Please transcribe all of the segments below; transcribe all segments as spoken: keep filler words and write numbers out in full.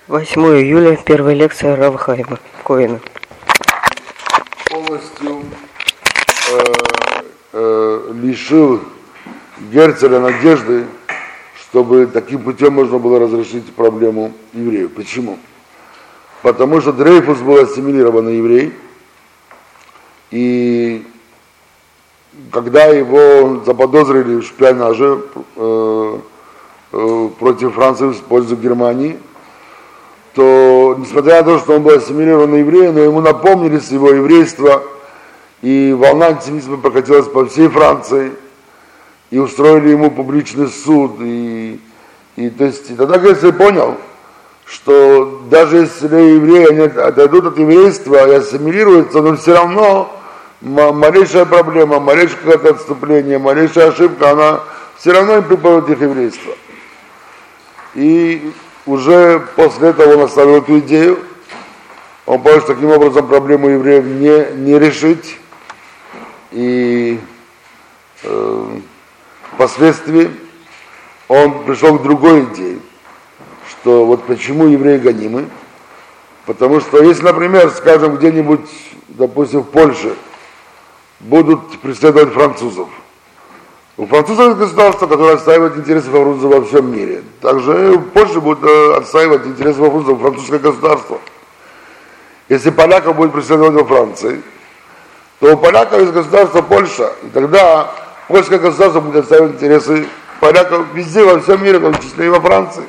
восьмое июля, первая лекция Рава Хаима Коэна. Полностью э, э, лишил Герцеля надежды, чтобы таким путем можно было разрешить проблему евреев. Почему? Потому что Дрейфус был ассимилированный еврей, и когда его заподозрили в шпионаже э, э, против Франции в пользу Германии, то, несмотря на то, что он был ассимилированный еврей, но ему напомнили его еврейство, и волна антисемитизма прокатилась по всей Франции, и устроили ему публичный суд, и, и, то есть, и тогда Герцель понял, что даже если евреи они отойдут от еврейства и ассимилируются, но все равно малейшая проблема, малейшее какое-то отступление, малейшая ошибка, она все равно им припадет их еврейство. И уже после этого он оставил эту идею, он понял, что таким образом проблему евреев не, не решить, и э, впоследствии он пришел к другой идее, что вот почему евреи гонимы, потому что если, например, скажем, где-нибудь, допустим, в Польше будут преследовать французов, у французов есть государство, которое отстаивает интересы французов во всем мире. Также в Польше будет отстаивать интересы французов французское государство. Если поляков будет преследовать во Франции, то у поляков есть государство Польша, и тогда польское государство будет отстаивать интересы поляков везде, во всем мире, в том числе и во Франции.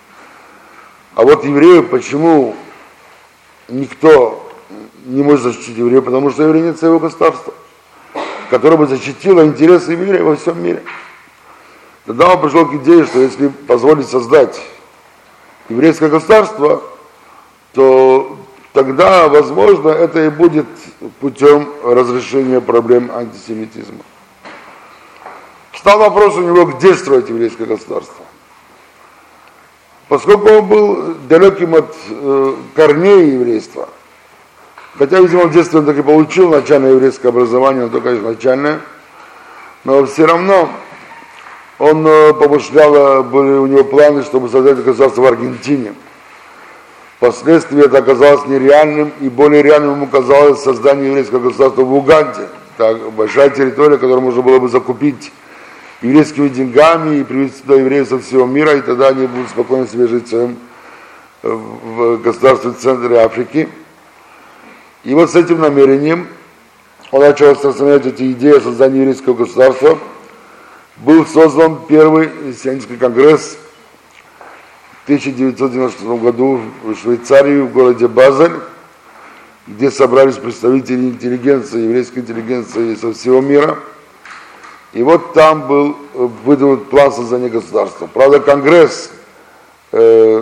А вот евреев, почему никто не может защитить евреев? Потому что евреи нет своего государства, которое бы защитило интересы евреев во всем мире. Тогда он пришел к идее, что если позволить создать еврейское государство, то тогда, возможно, это и будет путем разрешения проблем антисемитизма. Встал вопрос у него, где строить еврейское государство. Поскольку он был далеким от э, корней еврейства, хотя, видимо, в детстве он так и получил начальное еврейское образование, но только лишь начальное, но все равно он э, помышлял, были у него планы, чтобы создать государство в Аргентине. Впоследствии это оказалось нереальным, и более реальным ему казалось создание еврейского государства в Уганде. Так, большая территория, которую можно было бы закупить еврейскими деньгами и привести туда евреев со всего мира, и тогда они будут спокойно себе жить в своем в государстве в центре Африки. И вот с этим намерением он начал распространять эти идеи о создании еврейского государства. Был создан первый сионистский конгресс в тысяча девятьсот девяносто шестом году в Швейцарии, в городе Базель, где собрались представители интеллигенции, еврейской интеллигенции со всего мира. И вот там был выдвинут план создания государства. Правда, Конгресс э,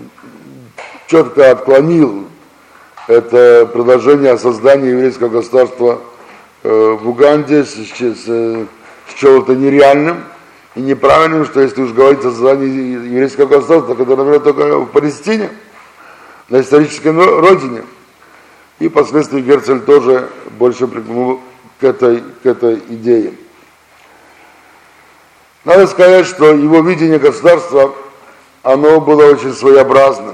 четко отклонил это предложение о создании еврейского государства э, в Уганде, счел это нереальным и неправильным, что если уж говорить о создании еврейского государства, то это, например, только в Палестине, на исторической родине. И впоследствии Герцель тоже больше примкнул к этой, к этой идее. Надо сказать, что его видение государства, оно было очень своеобразным.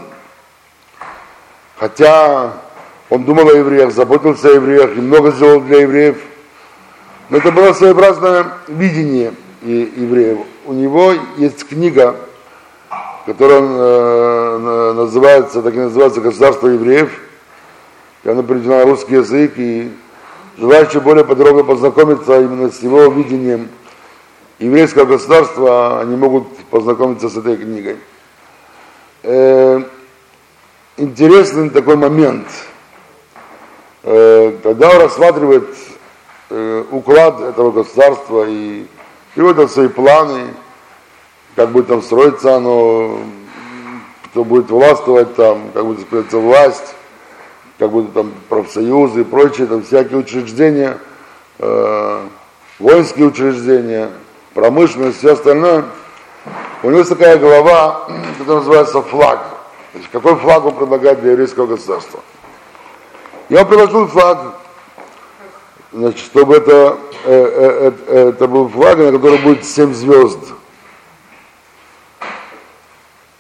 Хотя он думал о евреях, заботился о евреях и много сделал для евреев, но это было своеобразное видение евреев. У него есть книга, которая э, называется, так и называется «Государство евреев». И она переведена на русский язык, и желающие более подробно познакомиться именно с его видением еврейского государства, они могут познакомиться с этой книгой. Э, интересный такой момент, э, когда он рассматривает э, уклад этого государства и приводит свои планы, как будет там строиться оно, кто будет властвовать там, как будет строиться власть, как будут там профсоюзы и прочие, там всякие учреждения, э, воинские учреждения, промышленность, все остальное. У него есть такая глава, которая называется «Флаг». То есть, какой флаг он предлагает для еврейского государства. И он предложил флаг, значит, чтобы это, э, э, это был флаг, на котором будет семь звезд.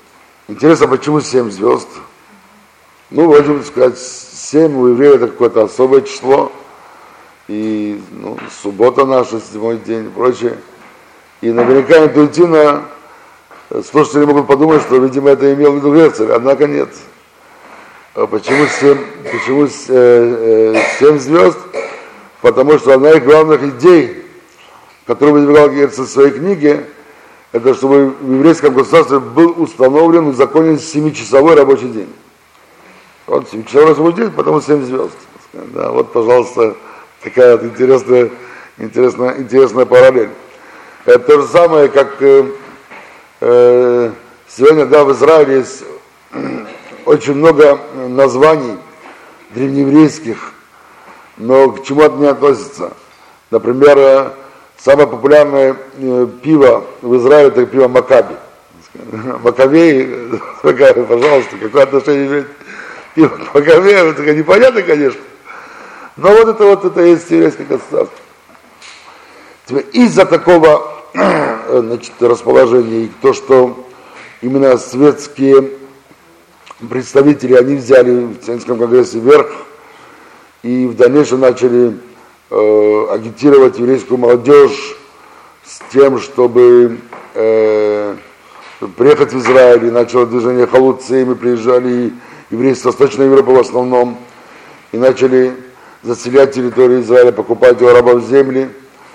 Интересно, почему семь звезд? Ну, можем сказать, семь у евреев это какое-то особое число. И ну, суббота наша, седьмой день и прочее. И наверняка интуитивно слушатели могут подумать, что, видимо, это имел в виду Герцель, однако нет. Почему семь, почему семь звезд? Потому что одна из главных идей, которую выдвигал Герцель в своей книге, это чтобы в еврейском государстве был установлен, узаконен семичасовой рабочий день. Вот семичасовой рабочий день, потому семь звезд. Да, вот, пожалуйста, такая вот интересная, интересная, интересная параллель. Это то же самое, как э, э, сегодня, да, в Израиле есть очень много названий древнееврейских, но к чему это не относится. Например, самое популярное э, пиво в Израиле это пиво Макаби. Макавей, пожалуйста, какое отношение имеет пиво к Макавею, это непонятно, конечно. Но вот это вот это есть еврейское государство. Из-за такого значит, расположения и то, что именно светские представители, они взяли в Сионистском конгрессе верх и в дальнейшем начали э, агитировать еврейскую молодежь с тем, чтобы э, приехать в Израиль, и начало движение халуцим, и приезжали евреи с Восточной Европы в основном, и начали заселять территорию Израиля, покупать у арабов земли,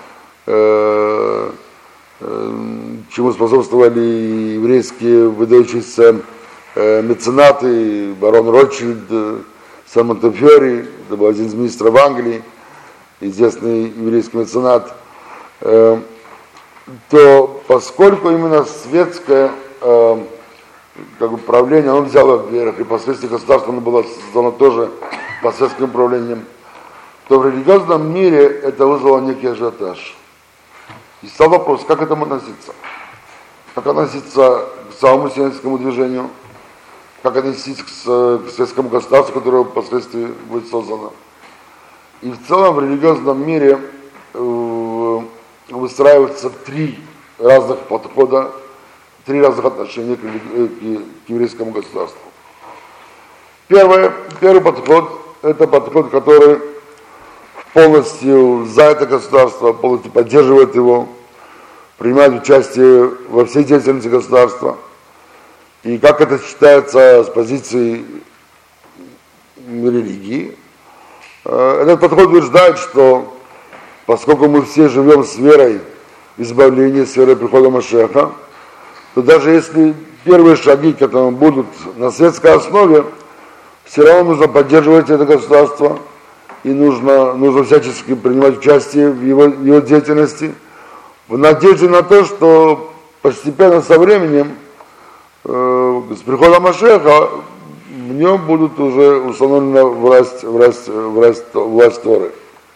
э, э, чему способствовали еврейские выдающиеся э, меценаты, барон Ротшильд, э, Сан Монтефьори, это был один из министров Англии, известный еврейский меценат, э, то поскольку именно светское э, как бы, правление, оно взяло вверх, и последствия государства оно было создано тоже под светским управлением, то в религиозном мире это вызвало некий ажиотаж. И стал вопрос, как к этому относиться? Как относиться к самому сионистскому движению? Как относиться к, к светскому государству, которое впоследствии будет создано? И в целом в религиозном мире э, выстраиваются три разных подхода, три разных отношения к, к, к еврейскому государству. Первое, первый подход, это подход, который полностью за это государство, полностью поддерживает его, принимает участие во всей деятельности государства. И как это считается с позиции религии, этот подход утверждает, что поскольку мы все живем с верой избавления, с верой прихода Машеха, то даже если первые шаги к этому будут на светской основе, все равно нужно поддерживать это государство, и нужно, нужно всячески принимать участие в его, в его деятельности, в надежде на то, что постепенно со временем, э, с приходом Машеха, в нем будут уже установлена власть, власть, власть, власть Торы.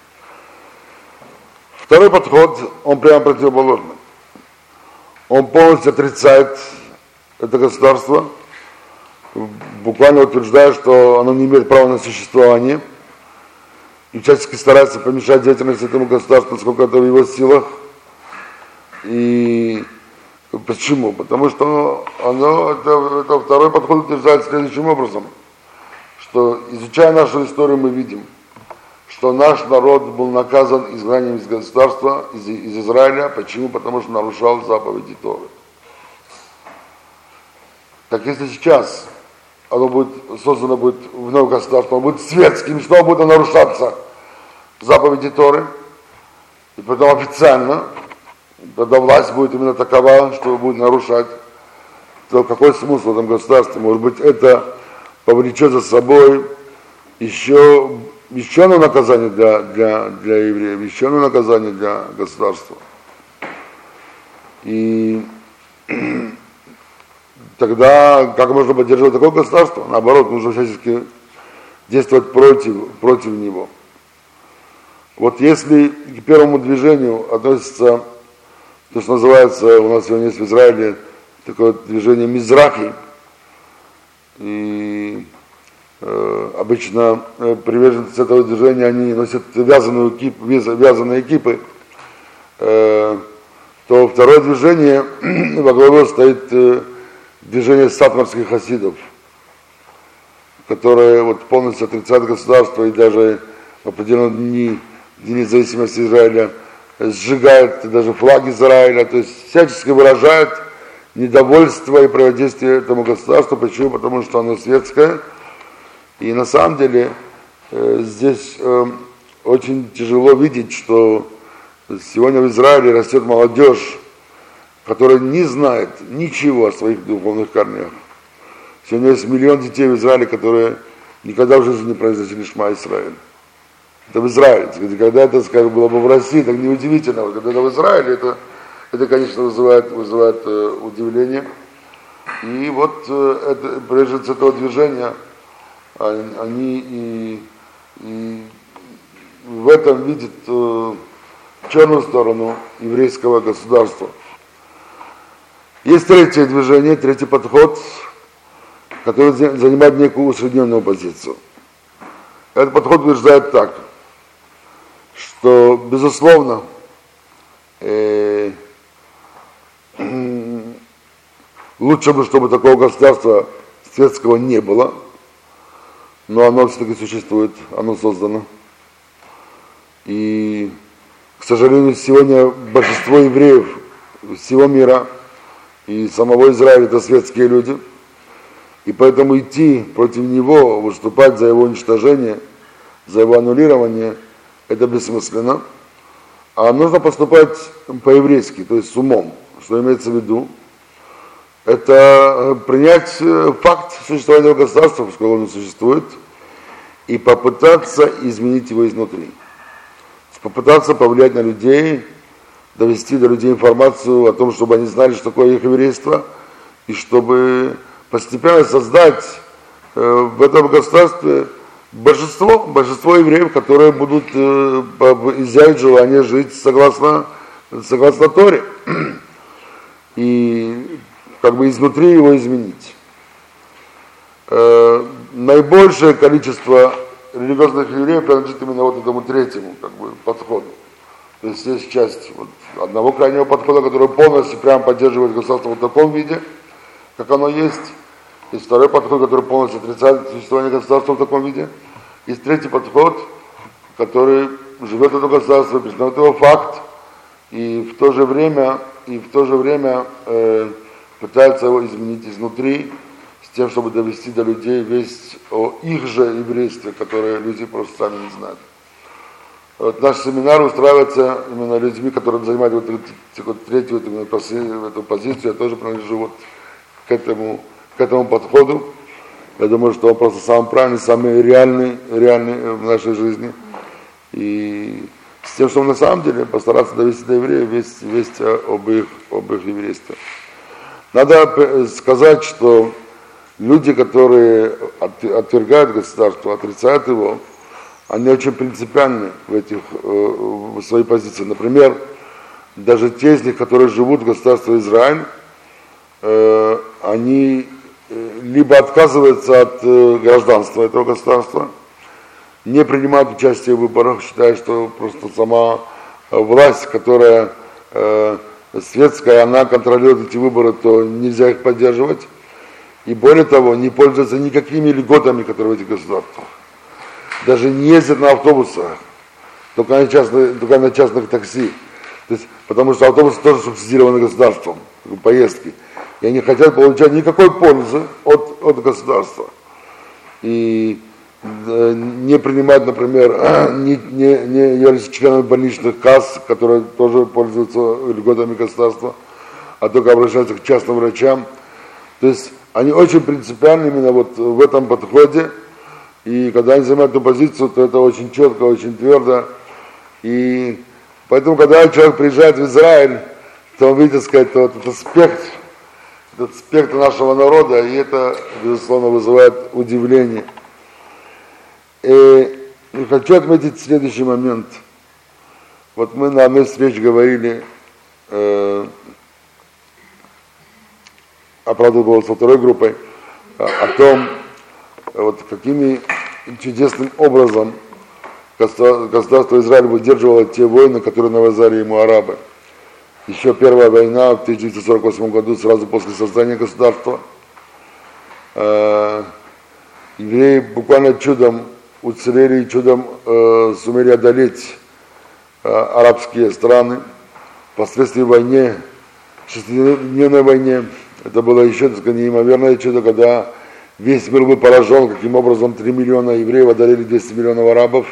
Второй подход, он прямо противоположный. Он полностью отрицает это государство, буквально утверждая, что оно не имеет права на существование, и всячески старается помешать деятельности этому государству, насколько это в его силах. И почему? Потому что оно, это, это второй подход утверждает следующим образом, что, изучая нашу историю, мы видим, что наш народ был наказан изгнанием из государства, из, из Израиля. Почему? Потому что нарушал заповеди Торы. Так если сейчас оно будет создано будет вновь государство, оно будет светским, что будет нарушаться заповеди Торы, и потом официально, тогда власть будет именно такова, что будет нарушать, то какой смысл в этом государстве? Может быть, это повлечет за собой еще, еще одно наказание для, для, для евреев, еще одно наказание для государства. И тогда как можно поддерживать такое государство? Наоборот, нужно всячески действовать против, против него. Вот если к первому движению относится то, что называется, у нас сегодня есть в Израиле такое движение Мизрахи, и э, обычно э, приверженцы этого движения, они носят вязаную кип, вязаные кипы, э, то второе движение во главе стоит э, движение сатмарских хасидов, которые вот полностью отрицают государство и даже в определенные дни, Дни независимости Израиля, сжигают даже флаг Израиля, то есть всячески выражают недовольство и противодействие этому государству. Почему? Потому что оно светское. И на самом деле э, здесь э, очень тяжело видеть, что сегодня в Израиле растет молодежь, которая не знает ничего о своих духовных корнях. Сегодня есть миллион детей в Израиле, которые никогда в жизни не произносили Шма Исраэль. Это в Израиле. Когда это, скажем, было бы в России, так неудивительно. Когда это в Израиле, это, это конечно, вызывает, вызывает э, удивление. И вот э, это, прежде с этого движения они и, и в этом видят э, черную сторону еврейского государства. Есть третье движение, третий подход, который занимает некую усредненную позицию. Этот подход утверждает так, что, безусловно, э, лучше бы, чтобы такого государства светского не было, но оно все-таки существует, оно создано. И, к сожалению, сегодня большинство евреев всего мира и самого Израиля — это светские люди. И поэтому идти против него, выступать за его уничтожение, за его аннулирование, это бессмысленно. А нужно поступать по-еврейски, то есть с умом. Что имеется в виду? Это принять факт существования государства, поскольку он существует, и попытаться изменить его изнутри. Попытаться повлиять на людей, довести до людей информацию о том, чтобы они знали, что такое их еврейство, и чтобы постепенно создать э, в этом государстве большинство, большинство евреев, которые будут э, изъявить желание жить согласно, согласно Торе. И как бы изнутри его изменить. Э, наибольшее количество религиозных евреев принадлежит именно вот этому третьему как бы, подходу. То есть есть часть вот, одного крайнего подхода, который полностью прямо поддерживает государство в таком виде, как оно есть. Есть второй подход, который полностью отрицает существование государства в таком виде. Есть третий подход, который живет это государство, признает его факт, и в то же время, и в то же время э, пытается его изменить изнутри, с тем, чтобы довести до людей весть о их же еврействе, которое люди просто сами не знают. Вот наш семинар устраивается именно людьми, которые занимают вот, вот, третью вот, эту позицию. Я тоже принадлежу вот к этому, к этому подходу. Я думаю, что он просто самый правильный, самый реальный, реальный в нашей жизни. И с тем, чтобы на самом деле постараться довести до евреев весть, весть об, их, об их еврействе. Надо сказать, что люди, которые отвергают государство, отрицают его, они очень принципиальны в, этих, в своей позиции. Например, даже те из них, которые живут в государстве Израиль, они либо отказываются от гражданства этого государства, не принимают участие в выборах, считая, что просто сама власть, которая светская, она контролирует эти выборы, то нельзя их поддерживать. И более того, не пользуются никакими льготами, которые в этих государствах. Даже не ездят на автобусах, только на частных, только на частных такси. То есть, потому что автобусы тоже субсидированы государством, поездки. И они хотят получать никакой пользы от, от государства. И э, не принимают, например, не, не, не являются членами больничных касс, которые тоже пользуются льготами государства, а только обращаются к частным врачам. То есть они очень принципиальны именно вот в этом подходе, и когда они занимают эту позицию, то это очень четко, очень твердо. И поэтому, когда человек приезжает в Израиль, то он видит, сказать, то вот этот спектр, этот спектр нашего народа, и это, безусловно, вызывает удивление. И, и хочу отметить следующий момент. Вот мы на одной встрече говорили, э, а правда было со второй группой, о, о том, вот какими чудесным образом государство Израиль выдерживало те войны, которые навязали ему арабы. Еще первая война в тысяча девятьсот сорок восьмом году, сразу после создания государства, э, евреи буквально чудом уцелели и чудом э, сумели одолеть э, арабские страны. Впоследствии войне, шестидневной войне, это было еще, так сказать, неимоверное чудо, когда весь мир был поражен, каким образом три миллиона евреев одолели двести миллионов арабов.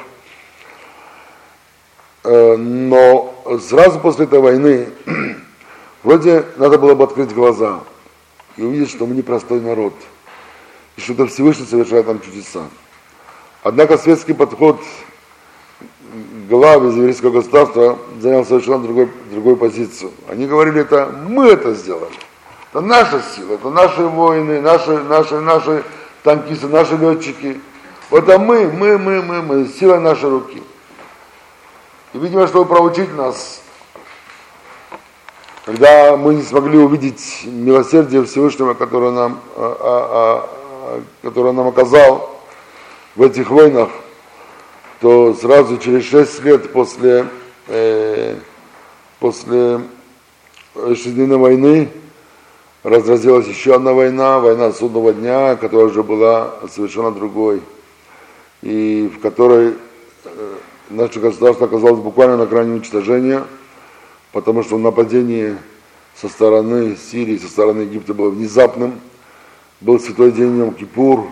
Э, но сразу после этой войны вроде надо было бы открыть глаза и увидеть, что мы непростой народ, и что это Всевышний совершает там чудеса. Однако светский подход глав из еврейского государства занял совершенно другой, другую позицию. Они говорили, это мы это сделали, это наша сила, это наши воины, наши, наши, наши танкисты, наши летчики. Это мы, мы, мы, мы, мы, сила нашей руки. И, видимо, чтобы проучить нас, когда мы не смогли увидеть милосердие Всевышнего, которое нам, а, а, а, которое нам оказал в этих войнах, то сразу через шесть лет после, э, после шестидневной войны разразилась еще одна война, война Судного дня, которая уже была совершенно другой, и в которой э, наше государство оказалось буквально на грани уничтожения, потому что нападение со стороны Сирии, со стороны Египта было внезапным. Был святой день Йом-Кипур,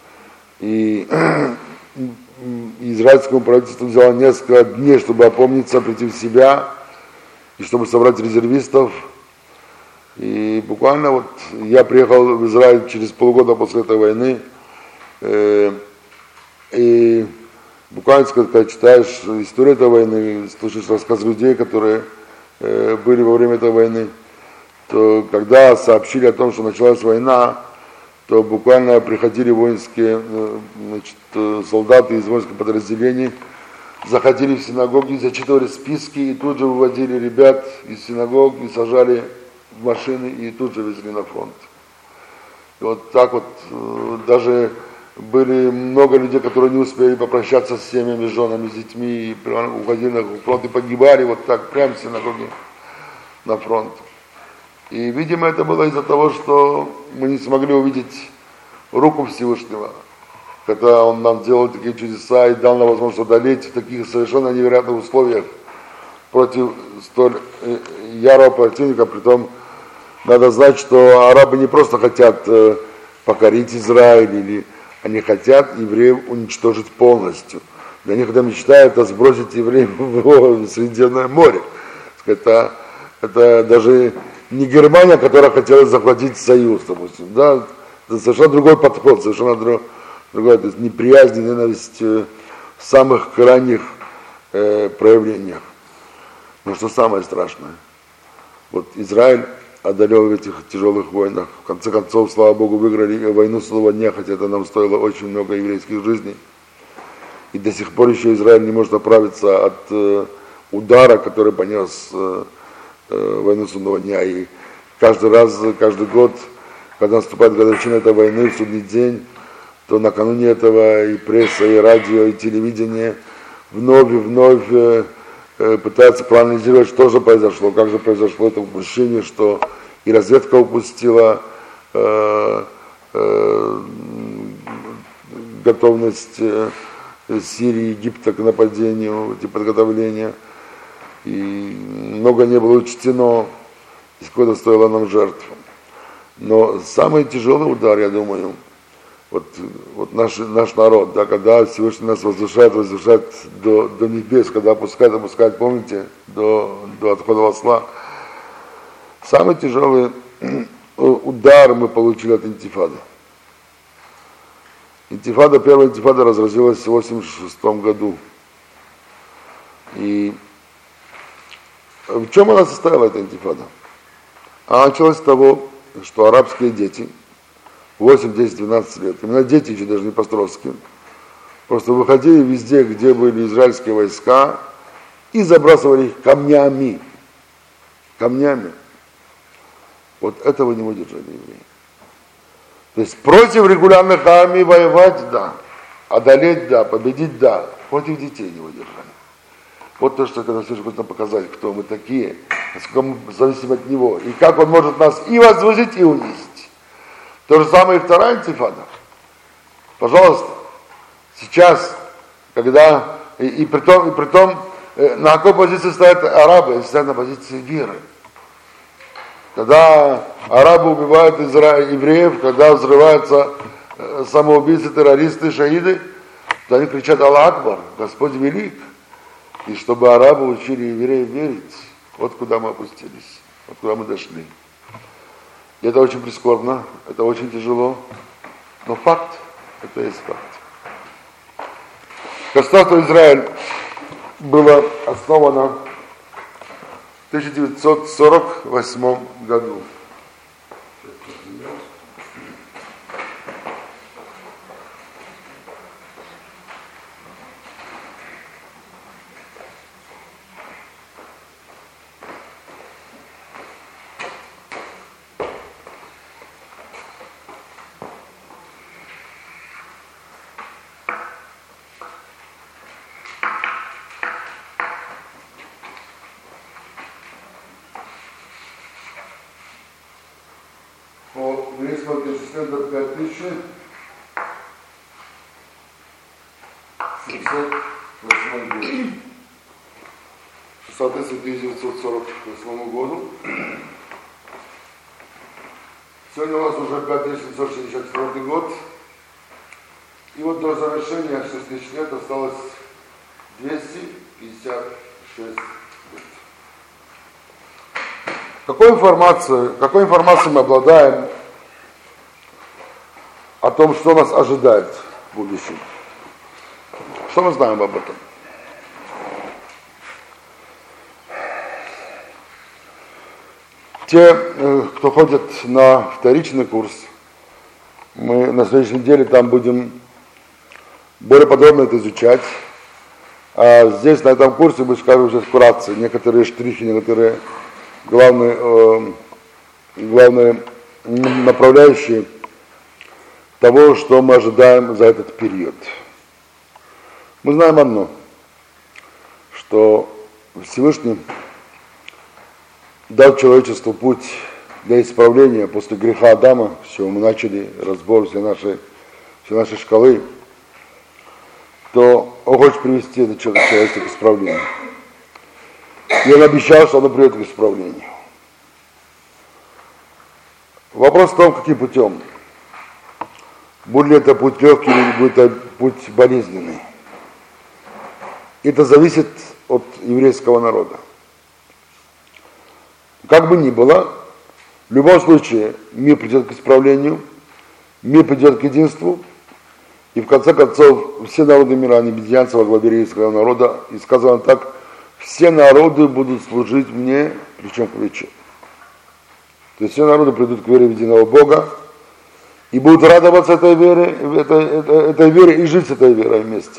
и израильскому правительству взяло несколько дней, чтобы опомниться, прийти в себя, и чтобы собрать резервистов. И буквально вот я приехал в Израиль через полгода после этой войны, э, и буквально, когда читаешь историю этой войны, слушаешь рассказ людей, которые э, были во время этой войны, то когда сообщили о том, что началась война, то буквально приходили воинские, значит, солдаты из воинских подразделений, заходили в синагоги, зачитывали списки и тут же выводили ребят из синагог и сажали в машины и тут же везли на фронт. И вот так вот даже были много людей, которые не успели попрощаться с семьями, с женами, с детьми, и уходили на фронт и погибали вот так, прямо в синагоге на фронт. И, видимо, это было из-за того, что мы не смогли увидеть руку Всевышнего, когда Он нам делал такие чудеса и дал нам возможность одолеть в таких совершенно невероятных условиях против столь ярого противника. Притом надо знать, что арабы не просто хотят покорить Израиль, или они хотят евреев уничтожить полностью. Для них эта мечта — это сбросить евреев в Средиземное море. Это, это даже не Германия, которая хотела захватить Союз, допустим, да, это совершенно другой подход, совершенно друг, другой, то есть неприязнь, ненависть в самых крайних э, проявлениях. Но что самое страшное, вот Израиль одолел в этих тяжелых войнах, в конце концов, слава Богу, выиграли войну Судного дня, хотя это нам стоило очень много еврейских жизней, и до сих пор еще Израиль не может оправиться от э, удара, который понес э, войну Судного дня, и каждый раз, каждый год, когда наступает годовщина этой войны, в судный день, то накануне этого и пресса, и радио, и телевидение вновь и вновь э, э, пытаются проанализировать, что же произошло, как же произошло это упущение, что и разведка упустила э, э, готовность э, Сирии, Египта к нападению, эти подготовления. И много не было учтено, и сколько стоило нам жертв. Но самый тяжелый удар, я думаю, вот, вот наш, наш народ, да, когда Всевышний нас возвышает, возвышает до, до небес, когда опускает, опускает, помните, до, до отхода осла. Самый тяжелый удар мы получили от интифады. Интифада, первая интифада разразилась в восемьдесят шестом году. И в чем она состояла, эта интифада? Она началась с того, что арабские дети, восемь, десять, двенадцать лет, именно дети еще даже не подростки, просто выходили везде, где были израильские войска, и забрасывали их камнями. Камнями. Вот этого не выдержали евреи. То есть против регулярных армий воевать, да, одолеть, да, победить, да, против детей не выдержали. Вот то, что когда Всевышний хочет нам показать, кто мы такие, насколько мы зависим от Него, и как Он может нас и возвысить, и унизить. То же самое и вторая интифада. Пожалуйста, сейчас, когда, и, и при том, и при том э, на какой позиции стоят арабы? Они стоят на позиции веры. Когда арабы убивают изра... евреев, когда взрываются э, самоубийцы, террористы, шаиды, то они кричат: Аллах Акбар, Господь велик. И чтобы арабы учили евреев верить, вот куда мы опустились, вот куда мы дошли. И это очень прискорбно, это очень тяжело, но факт, это есть факт. Государство Израиль было основано в тысяча девятьсот сорок восьмом году. По еврейскому летоисчислению до пять тысяч семьсот восьмой год. Соответственно, тысяча девятьсот сорок восьмому году. Сегодня у нас уже пять тысяч семьсот шестьдесят четвёртый год. И вот до завершения шесть тысяч лет осталось двести пятьдесят шесть лет. Какой информацией, какой информацией мы обладаем о том, что нас ожидает в будущем? Что мы знаем об этом? Те, кто ходит на вторичный курс, мы на следующей неделе там будем более подробно это изучать. А здесь, на этом курсе, мы скажем сейчас вкратце некоторые штрихи, некоторые главные, э, главные направляющие того, что мы ожидаем за этот период. Мы знаем одно, что Всевышний дал человечеству путь для исправления после греха Адама, с чего мы начали разбор всей нашей, всей нашей шкалы, то он хочет привести это человечество к исправлению. И он обещал, что оно приведет к исправлению. Вопрос в том, каким путем. Будет ли это путь легкий или будет это путь болезненный. Это зависит от еврейского народа. Как бы ни было, в любом случае мир придет к исправлению, мир придет к единству, и в конце концов все народы мира, они объединятся во главе еврейского народа, и сказано так: все народы будут служить мне плечом к плечу. То есть все народы придут к вере в единого Бога и будут радоваться этой вере, этой, этой, этой вере и жить с этой верой вместе.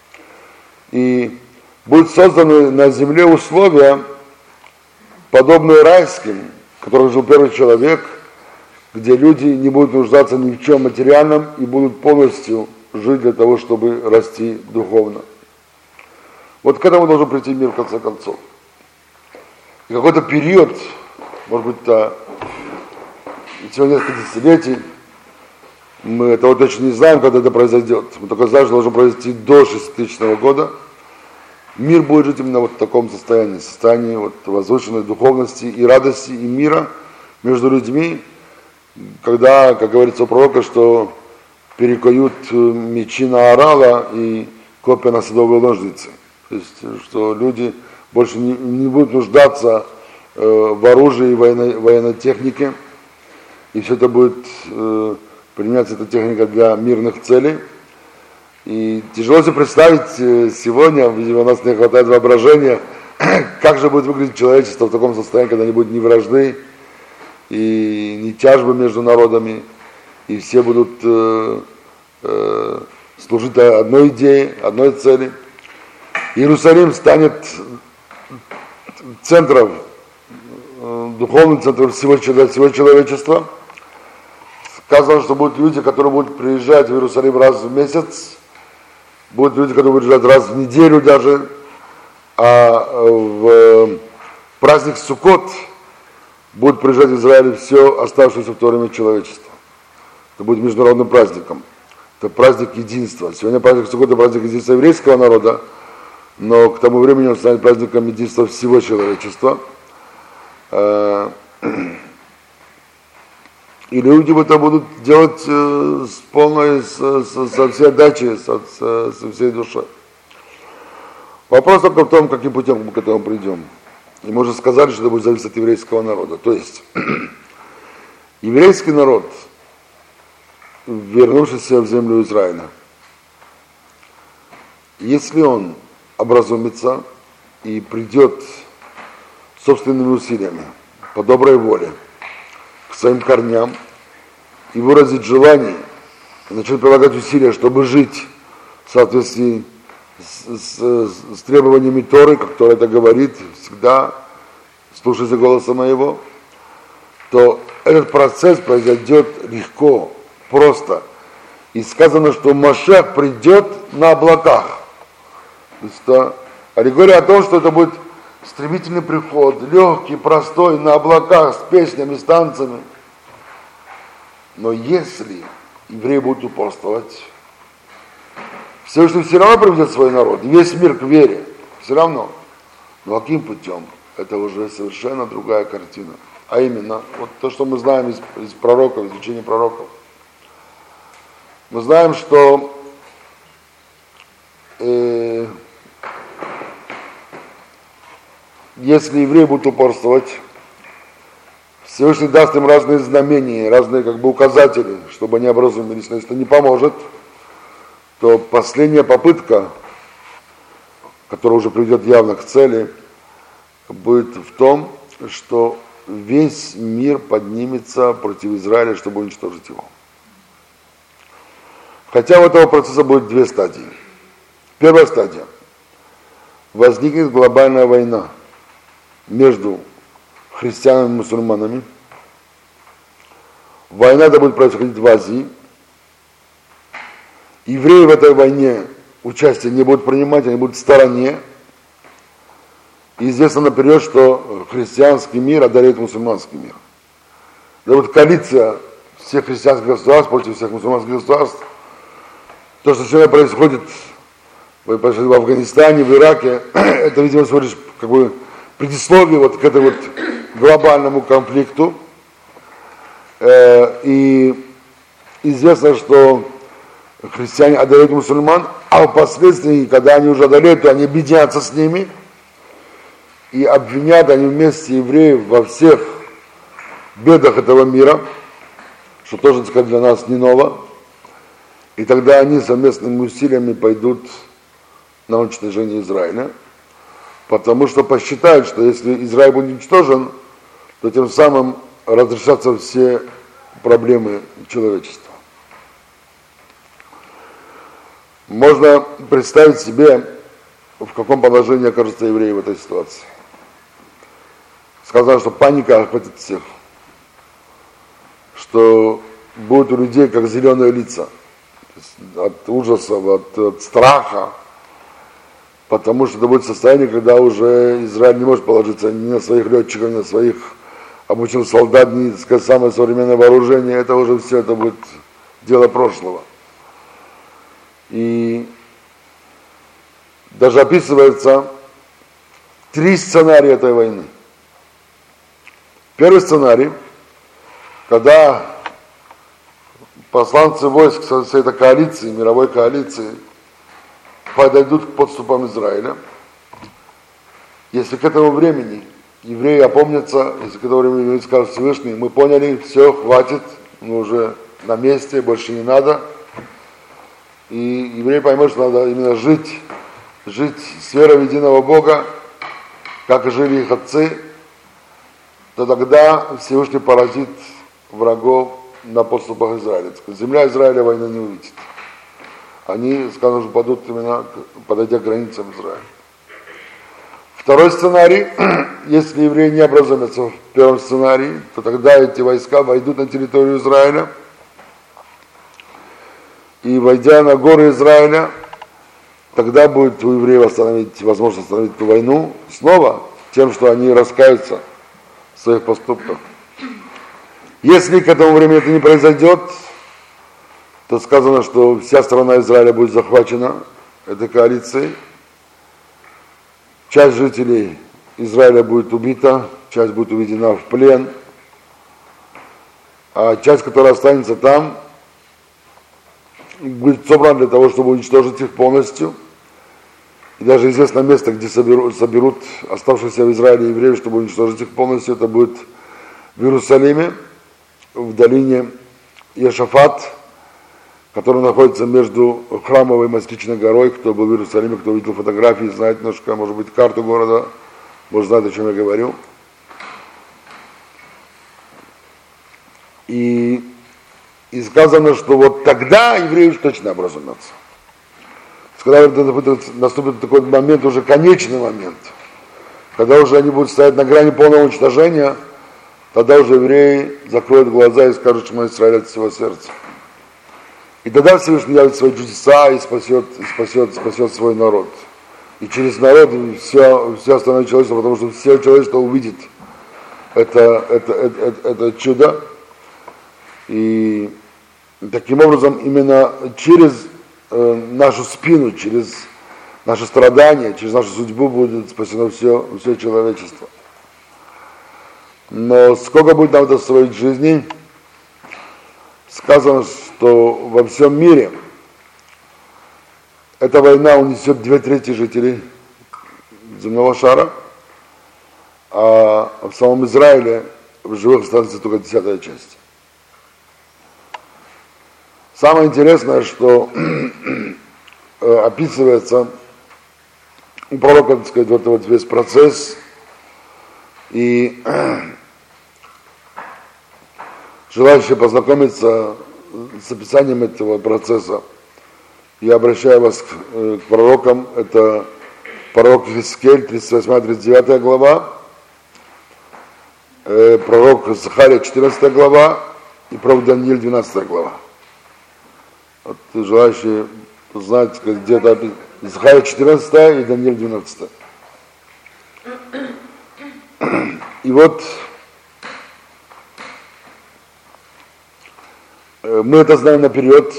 И будут созданы на земле условия, подобные райским, в которых жил первый человек, где люди не будут нуждаться ни в чем материальном и будут полностью жить для того, чтобы расти духовно. Вот к этому должен прийти мир в конце концов. И какой-то период, может быть, то, всего несколько десятилетий, мы этого точно не знаем, когда это произойдет. Мы только знаем, что должно произойти до шеститысячного года. Мир будет жить именно вот в таком состоянии, состоянии вот возвышенной духовности и радости, и мира между людьми, когда, как говорится у пророка, что перекуют мечи на орала и копья на садовые ножницы. То есть, что люди больше не, не будут нуждаться э, в оружии и военной, военной технике, и все это будет э, применяться, эта техника, для мирных целей. И тяжело себе представить сегодня, видимо, у нас не хватает воображения, как же будет выглядеть человечество в таком состоянии, когда не будет ни вражды, и ни тяжбы между народами, и все будут э, э, служить одной идее, одной цели. Иерусалим станет центром, э, духовным центром всего, всего человечества. Сказано, что будут люди, которые будут приезжать в Иерусалим раз в месяц, будут люди, которые будут приезжать раз в неделю даже, а в праздник Суккот будут приезжать в Израиль все оставшееся в то время человечество. это будет международным праздником. Это праздник единства. Сегодня праздник Суккот, это праздник единства еврейского народа, но к тому времени он станет праздником единства всего человечества. И люди это будут делать с полной, с, с, со всей отдачей, со, со, со всей душой. Вопрос только в том, каким путем мы к этому придем. И мы уже сказали, что это будет зависеть от еврейского народа. То есть, еврейский народ, вернувшийся в землю Израиля, если он образумится и придет собственными усилиями, по доброй воле, к своим корням, и выразить желание, и начать прилагать усилия, чтобы жить в соответствии с, с, с требованиями Торы, как Тора это говорит, всегда слушайся голоса моего, то этот процесс произойдет легко, просто. И сказано, что Машиах придет на облаках. То есть это аллегория о том, что это будет стремительный приход, легкий, простой, на облаках, с песнями, с танцами. Но если евреи будут упорствовать, Всевышний все равно приведет свой народ, весь мир к вере, все равно. Но каким путем? Это уже совершенно другая картина. А именно, вот то, что мы знаем из, из пророков, из учения пророков. Мы знаем, что э, если евреи будут упорствовать, Всевышний даст им разные знамения, разные как бы указатели, чтобы они образумились. Но если не поможет, то последняя попытка, которая уже приведет явно к цели, будет в том, что весь мир поднимется против Израиля, чтобы уничтожить его. Хотя у этого процесса будет две стадии. Первая стадия. Возникнет глобальная война между христианами и мусульманами. Война эта будет происходить в Азии. Евреи в этой войне участие не будут принимать, они будут в стороне. И известно наперед, что христианский мир одолеет мусульманский мир. Это будет коалиция всех христианских государств против всех мусульманских государств. То, что сегодня происходит в Афганистане, в Ираке, это, видимо, всего лишь как бы предисловие вот к этому вот глобальному конфликту. И известно, что христиане одолеют мусульман, а впоследствии, когда они уже одолеют, то они объединятся с ними и обвинят они вместе евреев во всех бедах этого мира, что тоже, так сказать, для нас не ново. И тогда они совместными усилиями пойдут на уничтожение Израиля, потому что посчитают, что если Израиль будет уничтожен, то тем самым разрешатся все проблемы человечества. Можно представить себе, в каком положении окажутся евреи в этой ситуации. Сказано, что паника охватит всех, что будут у людей как зеленые лица, от ужаса, от, от страха, потому что это будет состояние, когда уже Израиль не может положиться ни на своих летчиков, ни на своих обученных солдат, ни на самое современное вооружение, это уже все, это будет дело прошлого. И даже описывается три сценария этой войны. Первый сценарий, когда посланцы войск всей этой коалиции, мировой коалиции, подойдут к подступам Израиля. Если к этому времени евреи опомнятся, если к этому времени евреи скажут: Всевышний, мы поняли, все, хватит, мы уже на месте, больше не надо. И евреи поймут, что надо именно жить, жить с верой в единого Бога, как и жили их отцы, то тогда Всевышний поразит врагов на подступах Израиля. Земля Израиля войны не увидит. Они, скажем, упадут именно подойдя к границам Израиля. Второй сценарий, если евреи не образумятся в первом сценарии, то тогда эти войска войдут на территорию Израиля, и войдя на горы Израиля, тогда будет у евреев остановить, возможность остановить эту войну снова тем, что они раскаются в своих поступках. Если к этому времени это не произойдет, то сказано, что вся страна Израиля будет захвачена этой коалицией. Часть жителей Израиля будет убита, часть будет уведена в плен, а часть, которая останется там, будет собрана для того, чтобы уничтожить их полностью. И даже известно место, где соберут, соберут оставшихся в Израиле евреев, чтобы уничтожить их полностью, это будет в Иерусалиме, в долине Ешафат, которая находится между Храмовой и Маскичной горой. Кто был в Иерусалиме, кто видел фотографии, знает немножко, может быть, карту города, может знать, о чем я говорю. И, и сказано, что вот тогда евреи точно образумятся. Когда наступит такой момент, уже конечный момент, когда уже они будут стоять на грани полного уничтожения, тогда уже евреи закроют глаза и скажут, что мы Израиль от всего сердца. И тогда Всевышний явит свои чудеса и спасет, и спасет, спасет свой народ. И через народ все, все остальное человечество, потому что все человечество увидит это, это, это, это, это чудо. И таким образом именно через э, нашу спину, через наши страдания, через нашу судьбу будет спасено все, все человечество. Но сколько будет нам это стоить жизни? Сказано, что во всем мире эта война унесет две трети жителей земного шара, а в самом Израиле в живых останется только десятая часть. Самое интересное, что описывается у пророка, так сказать, вот, вот весь процесс, и желающие познакомиться с описанием этого процесса, я обращаю вас к, к пророкам. Это пророк Хискель, тридцать восьмая тридцать девятая глава, э, пророк Захария, четырнадцатая глава, и пророк Даниил, двенадцатая глава. Вот желающие узнать, где это описано. Захария четырнадцатая и Даниил двенадцатая. И вот мы это знаем наперед,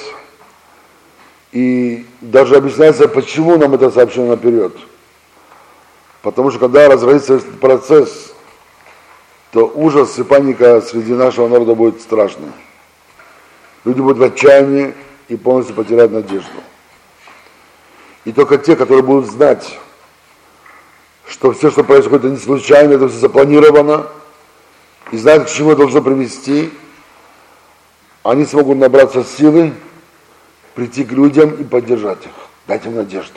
и даже объясняется, почему нам это сообщено наперед. Потому что когда разразится этот процесс, то ужас и паника среди нашего народа будет страшной. Люди будут в отчаянии и полностью потеряют надежду. И только те, которые будут знать, что все, что происходит, это не случайно, это все запланировано, и знают, к чему это должно привести, они смогут набраться силы, прийти к людям и поддержать их, дать им надежду.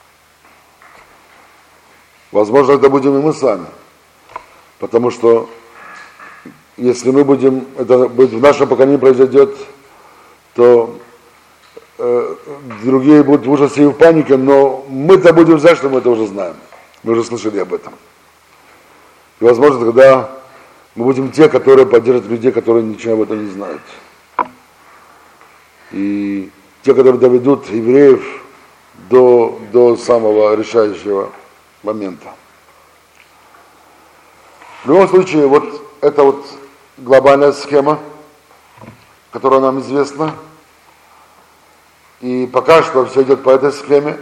Возможно, это будем и мы сами. Потому что если мы будем, это в нашем поколении произойдет, то э, другие будут в ужасе и в панике, но мы-то будем знать, что мы это уже знаем. Мы уже слышали об этом. И возможно, тогда мы будем те, которые поддержат людей, которые ничего об этом не знают. И те, которые доведут евреев до, до самого решающего момента. В любом случае, вот это вот глобальная схема, которая нам известна. И пока что все идет по этой схеме.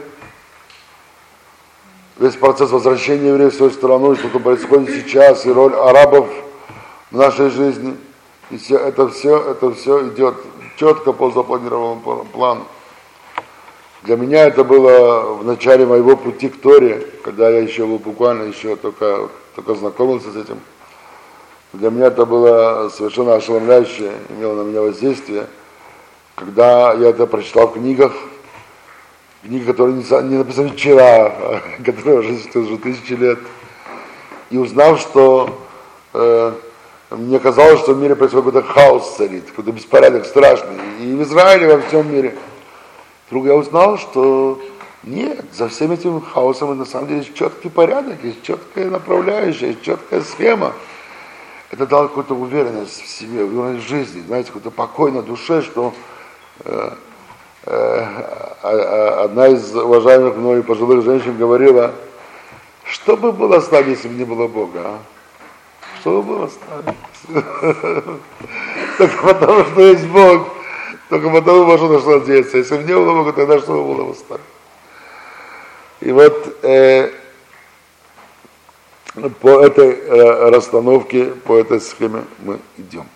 Весь процесс возвращения евреев в свою страну, и что происходит сейчас, и роль арабов в нашей жизни. И все, это все, это все идет четко по запланированному плану. Для меня это было в начале моего пути к Торе, когда я еще был буквально еще только, только знакомился с этим. Для меня это было совершенно ошеломляющее, имело на меня воздействие, когда я это прочитал в книгах, книги, которые не написаны вчера, а которые уже, уже тысячи лет, и узнав, что э, мне казалось, что в мире происходит какой-то хаос царит, какой-то беспорядок страшный. И в Израиле, и во всем мире. Вдруг я узнал, что нет, за всем этим хаосом на самом деле есть четкий порядок, есть четкая направляющая, есть четкая схема. Это дало какую-то уверенность в себе, уверенность в жизни, знаете, какой-то покой на душе, что э, э, одна из уважаемых мной пожилых женщин говорила, что бы было с нами, если бы не было Бога, а? Что было с нами? Так потому что есть Бог, Только потому можно на что надеяться. Если бы не было Бога, тогда что было бы оставить? И вот э, по этой э, расстановке, по этой схеме мы идем.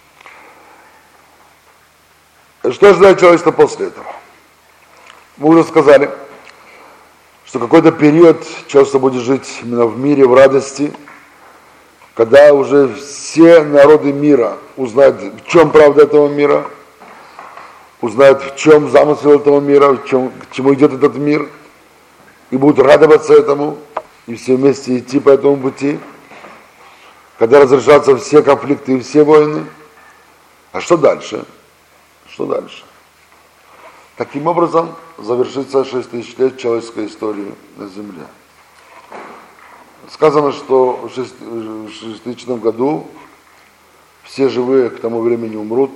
Что ожидает человечество после этого? Мы уже сказали, что какой-то период человечество будет жить именно в мире, в радости, когда уже все народы мира узнают, в чем правда этого мира, узнают, в чем замысел этого мира, в чем, к чему идет этот мир, и будут радоваться этому, и все вместе идти по этому пути, когда разрешатся все конфликты и все войны. А что дальше? Что дальше? Таким образом завершится шесть тысяч лет человеческой истории на Земле. Сказано, что в шеститысячном году все живые к тому времени умрут,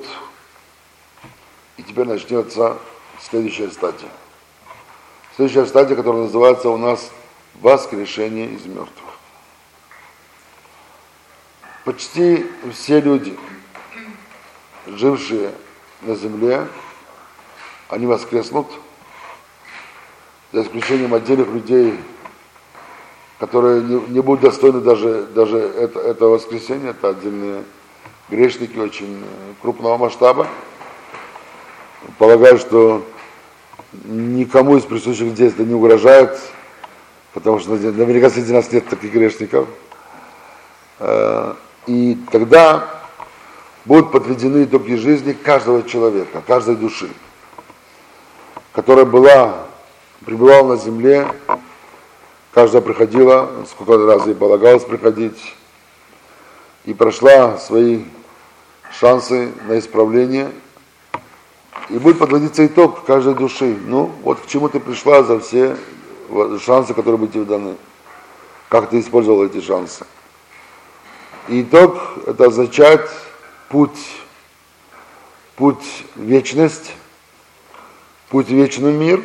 и теперь начнется следующая стадия. Следующая стадия, которая называется у нас воскрешение из мертвых. Почти все люди, жившие на земле, они воскреснут, за исключением отдельных людей, которые не, не будут достойны даже, даже это, этого воскресения, это отдельные грешники очень крупного масштаба. Полагаю, что никому из присутствующих здесь это не угрожает, потому что наверняка среди нас нет таких грешников. И тогда будут подведены итоги жизни каждого человека, каждой души, которая была, пребывала на земле, каждая приходила, сколько раз ей полагалось приходить, и прошла свои шансы на исправление, и будет подводиться итог каждой души. Ну, вот к чему ты пришла за все шансы, которые были тебе даны. Как ты использовал эти шансы. И итог, это означает путь, путь в вечность, путь в вечный мир.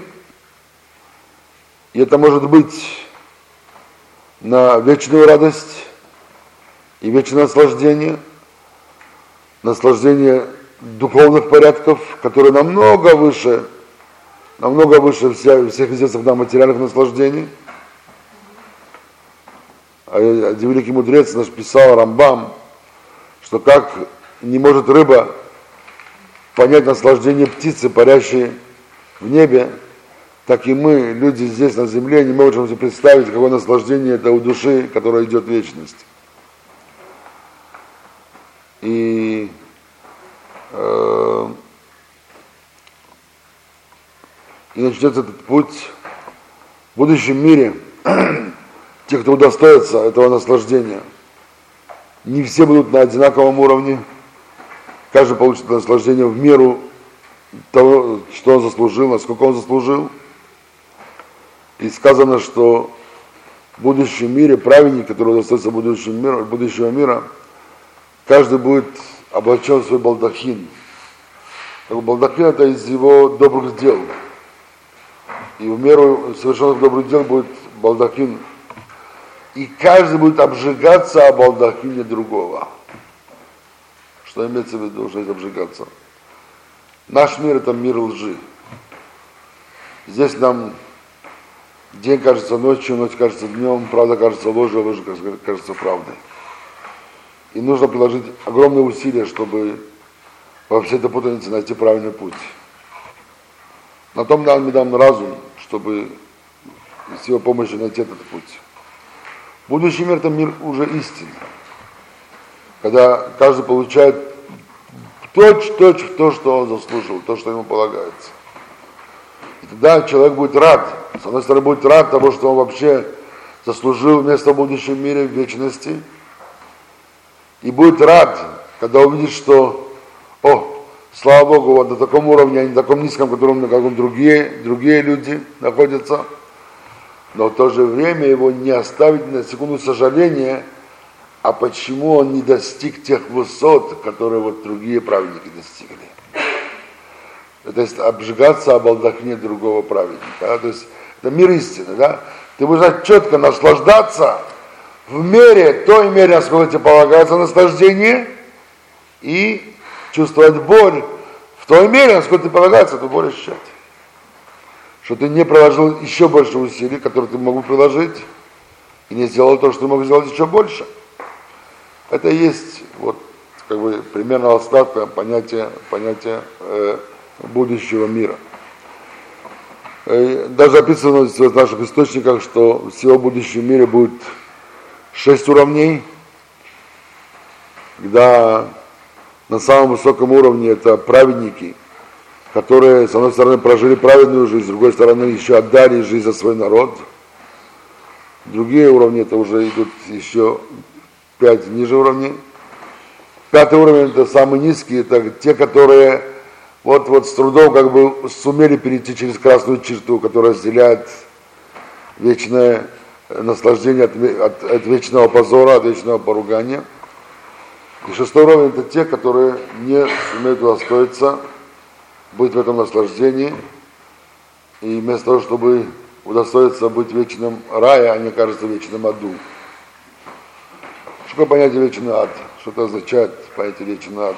И это может быть на вечную радость и вечное наслаждение, наслаждение духовных порядков, которые намного выше, намного выше вся, всех известных нам материальных наслаждений. Один великий мудрец наш писал, Рамбам, что как не может рыба понять наслаждение птицы, парящей в небе, так и мы, люди здесь на земле, не можем себе представить, какое наслаждение это у души, которая идет в вечность. И И начнется этот путь в будущем мире. Те, кто удостоится этого наслаждения, не все будут на одинаковом уровне. Каждый получит наслаждение в меру того, что он заслужил, насколько он заслужил. И сказано, что в будущем мире праведник, который удостоится будущего мира, будущего мира, каждый будет облачен в свой балдахин. Балдахин это из его добрых дел. И в меру совершенных добрых дел будет балдахин. И каждый будет обжигаться о балдахине другого. Что имеется в виду, что это обжигаться? Наш мир это мир лжи. Здесь нам день кажется ночью, ночь кажется днем, правда кажется ложью, ложь кажется правдой. И нужно приложить огромные усилия, чтобы во всей этой путанице найти правильный путь. На том нам дам разум, чтобы с его помощью найти этот путь. Будущий мир – это мир уже истины, когда каждый получает точь-точь то, что он заслужил, то, что ему полагается. И тогда человек будет рад, с одной стороны, будет рад того, что он вообще заслужил место в будущем мире, в вечности, и будет рад, когда увидит, что, о, слава Богу, вот на таком уровне, а не на таком низком, котором на каком другие, другие люди находятся, но в то же время его не оставить на секунду сожаления, а почему он не достиг тех высот, которые вот другие праведники достигли. То есть обжигаться о балдахине другого праведника. Да? То есть это мир истины. Да? Ты будешь четко наслаждаться в мере, той мере, насколько тебе полагается наслаждение, и чувствовать боль в той мере, насколько ты полагается, ты будешь ощущать. Что ты не приложил еще больше усилий, которые ты мог бы приложить, и не сделал то, что ты мог сделать еще больше. Это и есть вот, как бы, примерно остатка понятия, понятия э, будущего мира. Э, даже описано в наших источниках, что всего в будущем мире будет шесть уровней, когда на самом высоком уровне это праведники, которые, с одной стороны, прожили праведную жизнь, с другой стороны, еще отдали жизнь за свой народ. Другие уровни, это уже идут еще пять ниже уровней. Пятый уровень, это самый низкий, это те, которые вот, вот с трудом как бы сумели перейти через красную черту, которая разделяет вечное наслаждение от, от, от вечного позора, от вечного поругания. И шестой уровень, это те, которые не сумеют удостоиться быть в этом наслаждении, и вместо того, чтобы удостоиться быть в вечном рае, они окажутся в вечном аду. Что такое понятие вечный ад? Что это означает понятие вечный ад?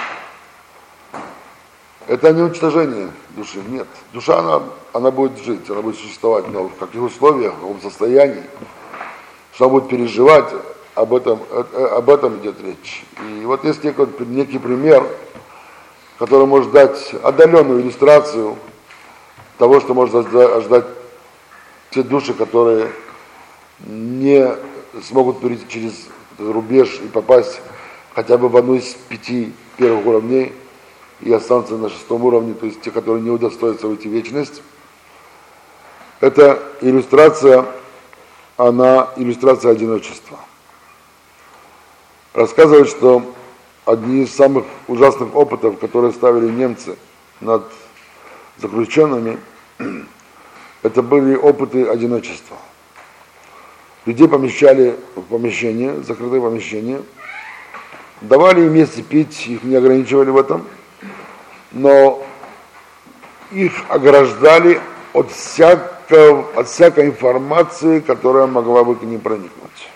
Это не уничтожение души, нет. Душа, она, она будет жить, она будет существовать, но в каких условиях, в каком состоянии, что она будет переживать, об этом, об этом идет речь. И вот есть некий, некий пример, который может дать отдаленную иллюстрацию того, что может ожидать те души, которые не смогут перейти через рубеж и попасть хотя бы в одну из пяти первых уровней и останутся на шестом уровне, то есть те, которые не удостоятся уйти в вечность. Это иллюстрация, она иллюстрация одиночества. Рассказывают, что одни из самых ужасных опытов, которые ставили немцы над заключенными, это были опыты одиночества. Людей помещали в помещение, закрытое помещение, давали им есть и пить, их не ограничивали в этом, но их ограждали от, всякого, от всякой информации, которая могла бы к ним проникнуть.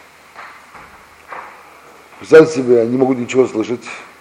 Представьте себе, они не могут ничего слышать,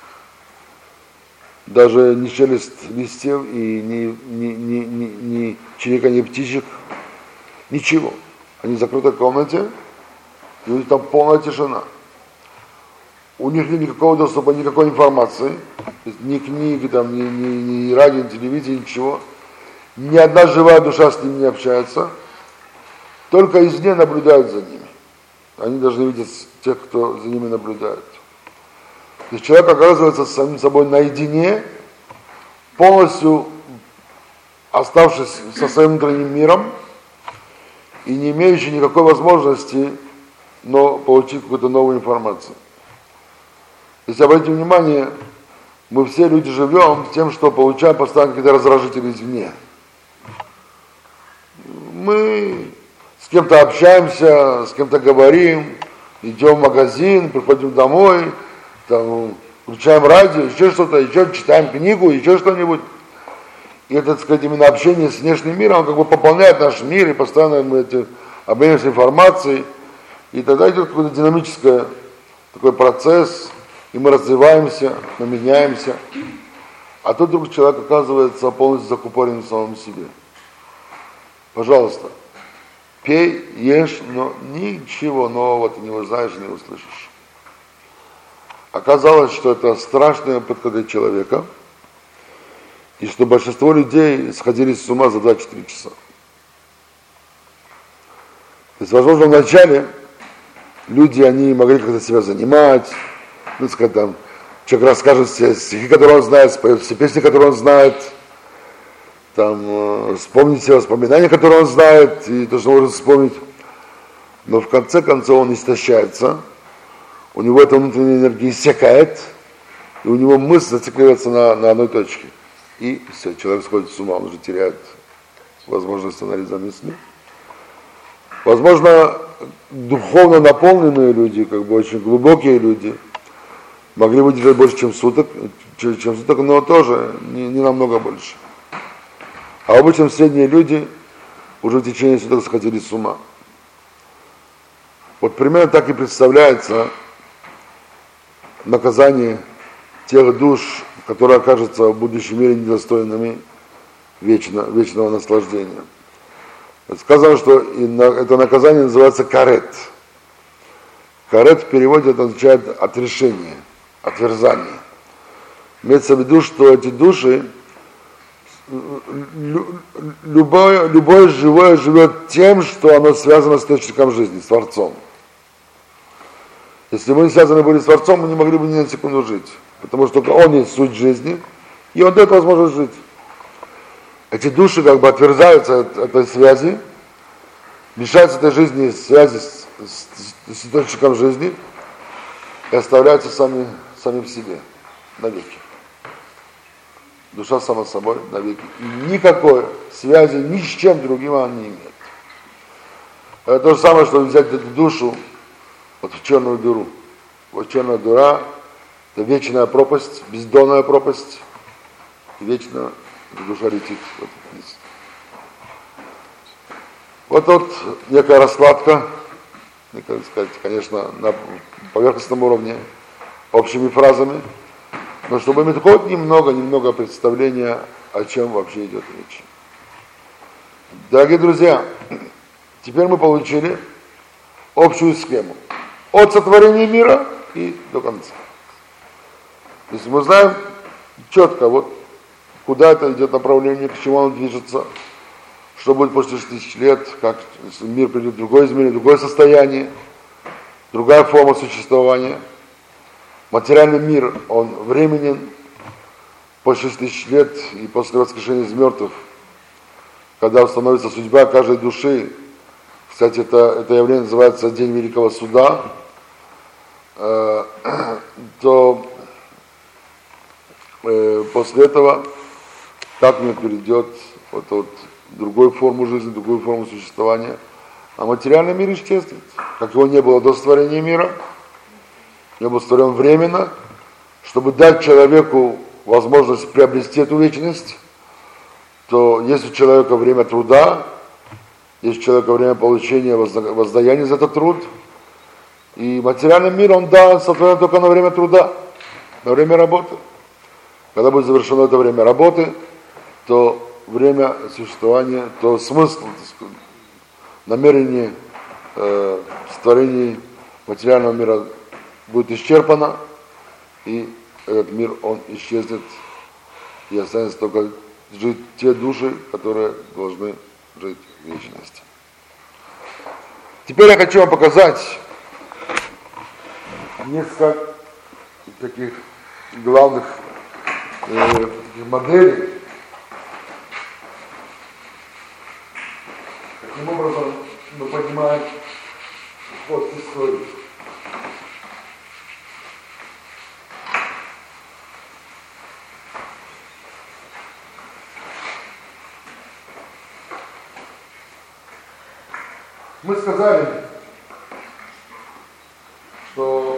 даже ни шелест листьев и ни, ни, ни, ни, ни чириканье птичек, ничего. Они в закрытой комнате, и у них там полная тишина. У них нет никакого доступа, никакой информации, ни книги, там, ни, ни, ни радио, ни телевидения, ничего. Ни одна живая душа с ними не общается, только извне наблюдают за ними. Они должны видеть тех, кто за ними наблюдает. То есть человек оказывается с самим собой наедине, полностью оставшись со своим внутренним миром и не имеющий никакой возможности, но получить какую-то новую информацию. Если обратите внимание, мы все люди живем тем, что получаем постоянно какие-то раздражители извне. Мы с кем-то общаемся, с кем-то говорим, идем в магазин, приходим домой, там, включаем радио, еще что-то, еще читаем книгу, еще что-нибудь. И это, так сказать, именно общение с внешним миром, он как бы пополняет наш мир, и постоянно мы эти, обмениваемся информацией, и тогда идет какой-то динамический такой процесс, и мы развиваемся, мы меняемся. А тут вдруг человек оказывается полностью закупорен в самом себе. Пожалуйста, пей, ешь, но ничего нового ты не узнаешь, не услышишь. Оказалось, что это страшный опыт для человека, и что большинство людей сходили с ума за два-четыре часа. То есть, возможно, вначале люди, они могли как-то себя занимать, ну, сказать, там, человек расскажет все стихи, которые он знает, споет все песни, которые он знает, там, э, вспомнить все воспоминания, которые он знает, и то, что он может вспомнить. Но в конце концов он истощается, у него эта внутренняя энергия иссякает, и у него мысль зацикливается на, на одной точке. И все, человек сходит с ума, он уже теряет возможность анализа за мысли. Возможно, духовно наполненные люди, как бы очень глубокие люди, могли выдержать больше, чем суток, чем суток, но тоже не, не намного больше. А обычно средние люди уже в течение суток сходили с ума. Вот примерно так и представляется наказание тех душ, которые окажутся в будущем мире недостойными вечно, вечного наслаждения. Сказано, что это наказание называется карет. Карет в переводе это означает отрешение, отверзание. Имеется в виду, что эти души, любое, любое живое живет тем, что оно связано с источником жизни, с Творцом. Если мы не связаны были с Творцом, мы не могли бы ни на секунду жить. Потому что только Он есть суть жизни, и Он дает возможность жить. Эти души как бы отверзаются от этой связи, лишаются этой жизни, связи с, с, с источником жизни и оставляются сами, сами в себе навеки. Душа сама собой навеки. И никакой связи ни с чем другим она не имеет. Это то же самое, что взять эту душу вот в черную дыру. Вот черная дыра — это вечная пропасть, бездонная пропасть. И вечно душа летит вот вниз. Вот тут некая раскладка, как сказать, конечно, на поверхностном уровне, общими фразами, но чтобы иметь хоть немного-немного представления, о чем вообще идет речь. Дорогие друзья, теперь мы получили общую схему. От сотворения мира и до конца. То есть мы знаем четко, вот куда это идет направление, к чему оно движется, что будет после шести тысяч лет, как мир придет в другое измерение, в другое состояние, другая форма существования. Материальный мир, он временен, после шести тысяч лет и после воскрешения из мертвых, когда установится судьба каждой души. Кстати, это, это явление называется День Великого Суда, э, то э, после этого так мир перейдет вот, вот, в другую форму жизни, в другую форму существования, а материальный мир исчезнет, как его не было до сотворения мира, не был створен временно, чтобы дать человеку возможность приобрести эту вечность, то есть у человека время труда, есть у человека время получения воздаяния за этот труд, и материальный мир, он дан, сотворен только на время труда, на время работы. Когда будет завершено это время работы, то время существования, то смысл, так сказать, намерение э, створения материального мира будет исчерпано, и этот мир, он исчезнет, и останется только жить те души, которые должны жить в вечности. Теперь я хочу вам показать несколько таких главных э, таких моделей, каким образом мы понимаем ход истории. Мы сказали, что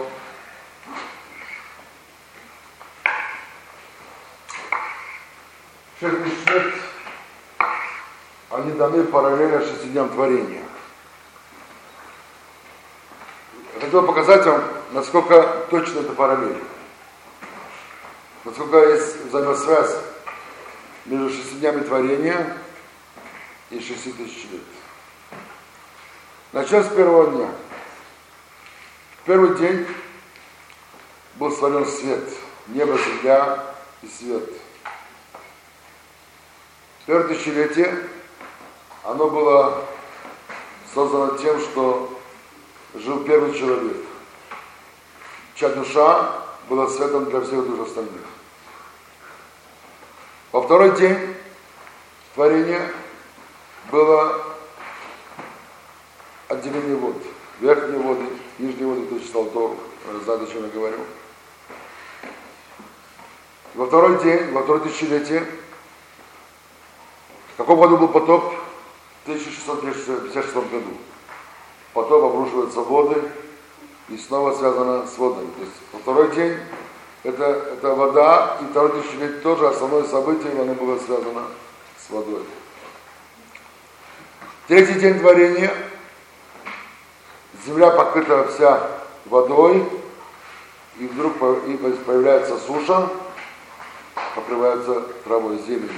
шесть тысяч лет они даны параллельно шести дням творения. Я хотел показать вам, насколько точно это параллель, насколько есть взаимосвязь между шестью днями творения и шести тысяч лет. Начнем с первого дня. В первый день был створен свет, небо, земля и свет. Первое тысячелетие, оно было создано тем, что жил первый человек, чья душа была светом для всех душ остальных. Во второй день творения было отделение вод. Верхние воды, нижние воды, кто читал Тору, знает, о чем я говорю. Во второй день, во второе тысячелетие, в каком году был потоп? В тысяча шестьсот пятьдесят шестом году. Потоп, обрушиваются воды, и снова связано с водами. То есть во второй день это, это вода, и второе тысячелетие тоже основное событие, оно было связано с водой. Третий день творения. Земля покрыта вся водой, и вдруг появляется суша, покрывается травой, зеленью.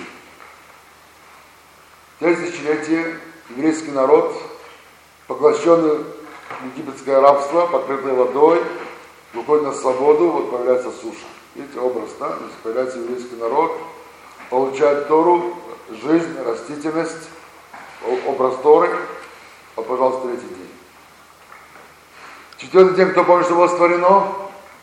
Три тысячелетия еврейский народ, поглощенный в египетское рабство, покрытый водой, выходит на свободу, вот появляется суша. Видите, образ, да? То есть появляется еврейский народ, получает Тору, жизнь, растительность, образ Торы. Вот, пожалуйста, третий день. Четвертый день, кто помнит, что было створено?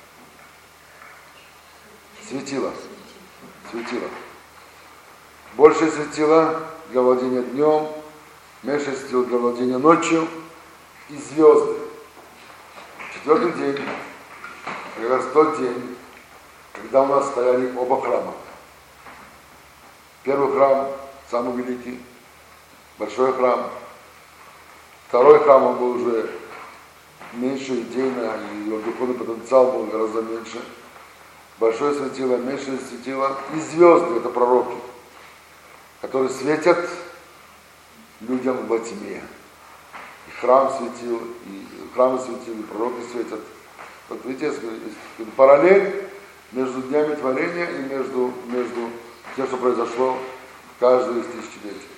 Светило. Светило. Большее светило для владения днем, меньшее светило для владения ночью и звезды. Четвертый день, как раз тот день, когда у нас стояли оба храма. Первый храм, самый великий, большой храм. Второй храм, он был уже меньше идейно, и его духовный потенциал был гораздо меньше. Большое светило, меньшее светило и звезды, это пророки, которые светят людям во тьме. И храм светил, и храмы светили, и пророки светят. Вот видите, есть параллель между днями творения и между, между тем, что произошло в каждое из тысячелетий.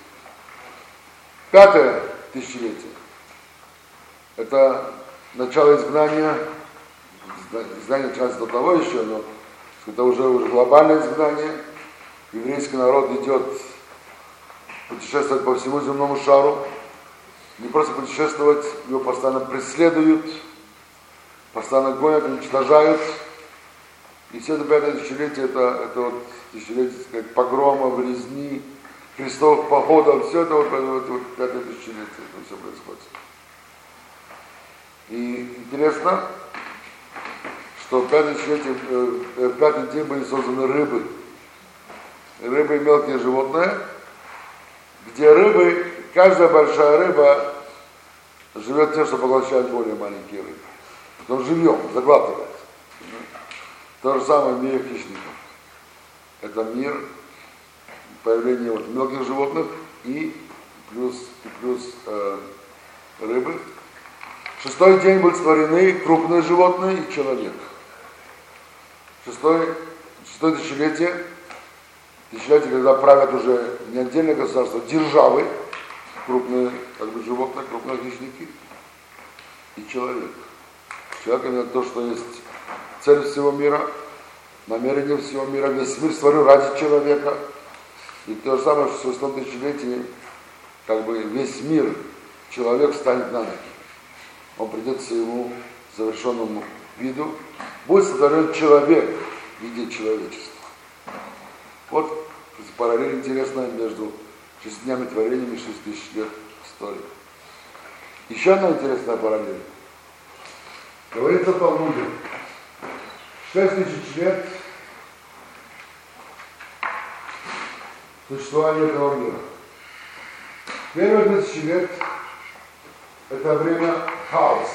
Пятое тысячелетие. Это начало изгнания. Изгнание начинается до того еще, но это уже, уже глобальное изгнание. Еврейский народ идет путешествовать по всему земному шару. Не просто путешествовать, его постоянно преследуют, постоянно гонят, уничтожают. И все это пятое тысячелетие, это, это вот тысячелетие, так сказать, погромов, резни, крестовых походов, все это вот, вот, вот пятое тысячелетие, это все происходит. И интересно, что в пятое тысячелетие, э, в пятый день были созданы рыбы. Рыбы и мелкие животные, где рыбы, каждая большая рыба живет тем, что поглощает более маленькие рыбы. Потом живем, заглатывает. То же самое в мире хищников. Это мир появления вот мелких животных и плюс, и плюс э, рыбы. В шестой день будут створены крупные животные и человек. Шестой, шестое тысячелетие, тысячелетие, когда правят уже не отдельное государство, державы, крупные как бы, животные, крупные хищники и человек. Человек — это то, что есть цель всего мира, намерение всего мира, весь мир створен ради человека. И то же самое, что в шестом тысячелетии, как бы весь мир, человек станет на ноги. Он придет к своему завершенному виду, будет сотворен человек в виде человечества. Вот параллель интересная между шестью днями творения и шесть тысяч лет истории. Еще одна интересная параллель. Говорится в Талмуде, шесть тысяч лет существования этого мира. Первые тысячи лет — это время хаоса.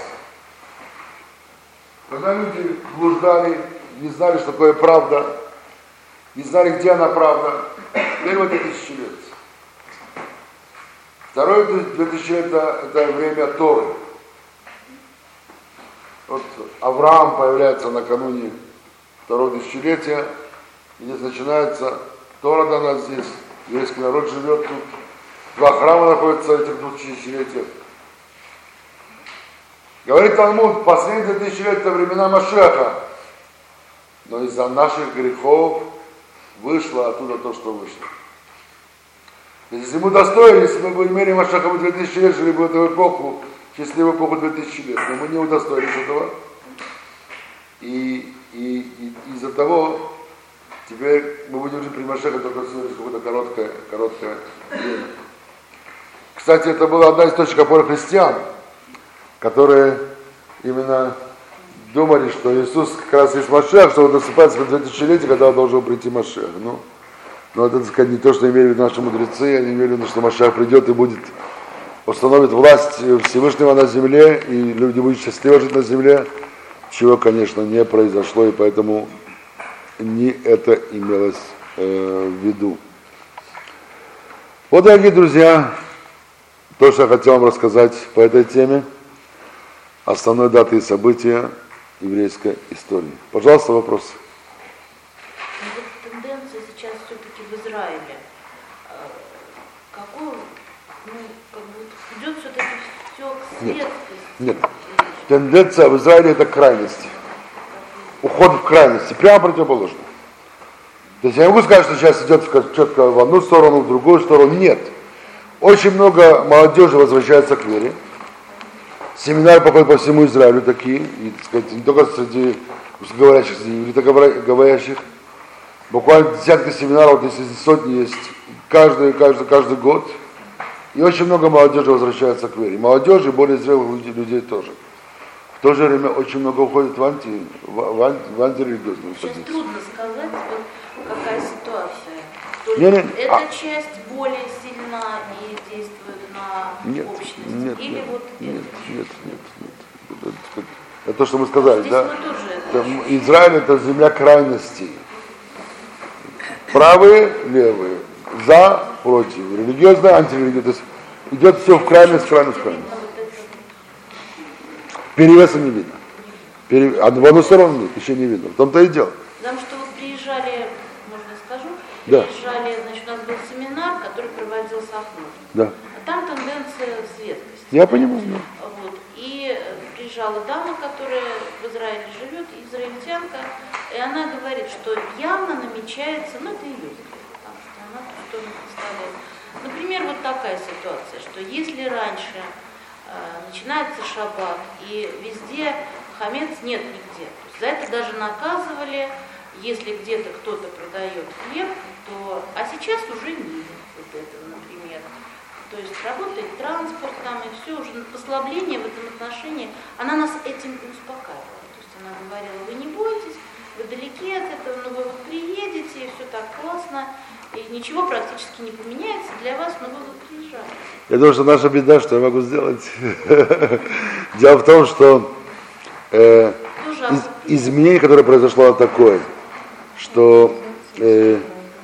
Когда люди блуждали, не знали, что такое правда, не знали, где она правда. Первые две тысячи лет. Второе две тысячи лет — это, это время Торы. Вот Авраам появляется накануне второго тысячелетия, и здесь начинается Тора дана здесь, еврейский народ живет тут, два храма находятся в этих двух тысячелетиях. Говорит Талмуд, последние тысячи лет — это времена Машеха, но из-за наших грехов вышло оттуда то, что вышло. Если мы удостоились, мы бы имели Машеха бы две тысячи лет, жили бы в эту эпоху, счастливую эпоху две тысячи лет, но мы не удостоились этого. И, и, и из-за того, теперь мы будем жить при Машехе только всего какое-то короткое, короткое время. Кстати, это была одна из точек опоры христиан, которые именно думали, что Иисус как раз есть Машех, что он насыпается в две тысячелетия, когда должен прийти Машех. Ну, но это, так сказать, не то, что имели в виду наши мудрецы, они имели в виду, что Машех придет и будет, установит власть Всевышнего на земле, и люди будут счастливо жить на земле, чего, конечно, не произошло, и поэтому не это имелось э, в виду. Вот, дорогие друзья, то, что я хотел вам рассказать по этой теме, основной датой и события еврейской истории. Пожалуйста, вопрос. Ну, вот тенденция сейчас все-таки в Израиле. Какой, ну, как бы идет все-таки все к светскости? Нет, нет. Тенденция в Израиле это крайности. Уход в крайности, прямо противоположно. То есть я не могу сказать, что сейчас идет четко в одну сторону, в другую сторону. Нет. Очень много молодежи возвращается к вере. Семинары проходят по всему Израилю такие, и, так сказать, не только среди русскоговорящих, среди ивритоговорящих. Буквально десятки семинаров, если не сотни есть, каждый, каждый, каждый год. И очень много молодежи возвращается к вере. Молодежи и более зрелых людей тоже. В то же время очень много уходит в, анти, в, в, в антирелигиозную Сейчас позицию. трудно сказать, вот какая ситуация. То Не, не, есть эта а... часть более сильна и действует на нет, общность? Нет, Или нет, вот нет, это? нет, нет, нет. Это, это, это то, что мы сказали, Здесь да? мы тоже Это, это Израиль это земля крайностей. Правые, левые, за, против, религиозно, антирелигиозно. То есть идет все в крайность, крайность, крайность. Перевеса не видно. Пере... А в одну сторону нет, еще не видно. В том-то и дело. Потому что вот приезжали, можно я скажу, Да. приезжали, значит, у нас был семинар, который проводил Сахнов. Да. А там тенденция светкости. Я понимаю, да. Вот. И приезжала дама, которая в Израиле живет, израильтянка, и она говорит, что явно намечается, ну это ее взгляд, потому что она что представляет. Например, вот такая ситуация, что если раньше э, начинается шаббат, и везде хамец нет нигде, то есть за это даже наказывали, если где-то кто-то продает хлеб, то, а сейчас уже нет вот этого, например. То есть работает транспорт там и все, уже послабление в этом отношении, она нас этим успокаивала. То есть она говорила, вы не бойтесь, вы далеки от этого, но вы вот приедете, и все так классно, и ничего практически не поменяется для вас, но вы вот приезжаете. Я думаю, что наша беда, что я могу сделать. Дело в том, что э, из, изменение, которое произошло, такое, что э,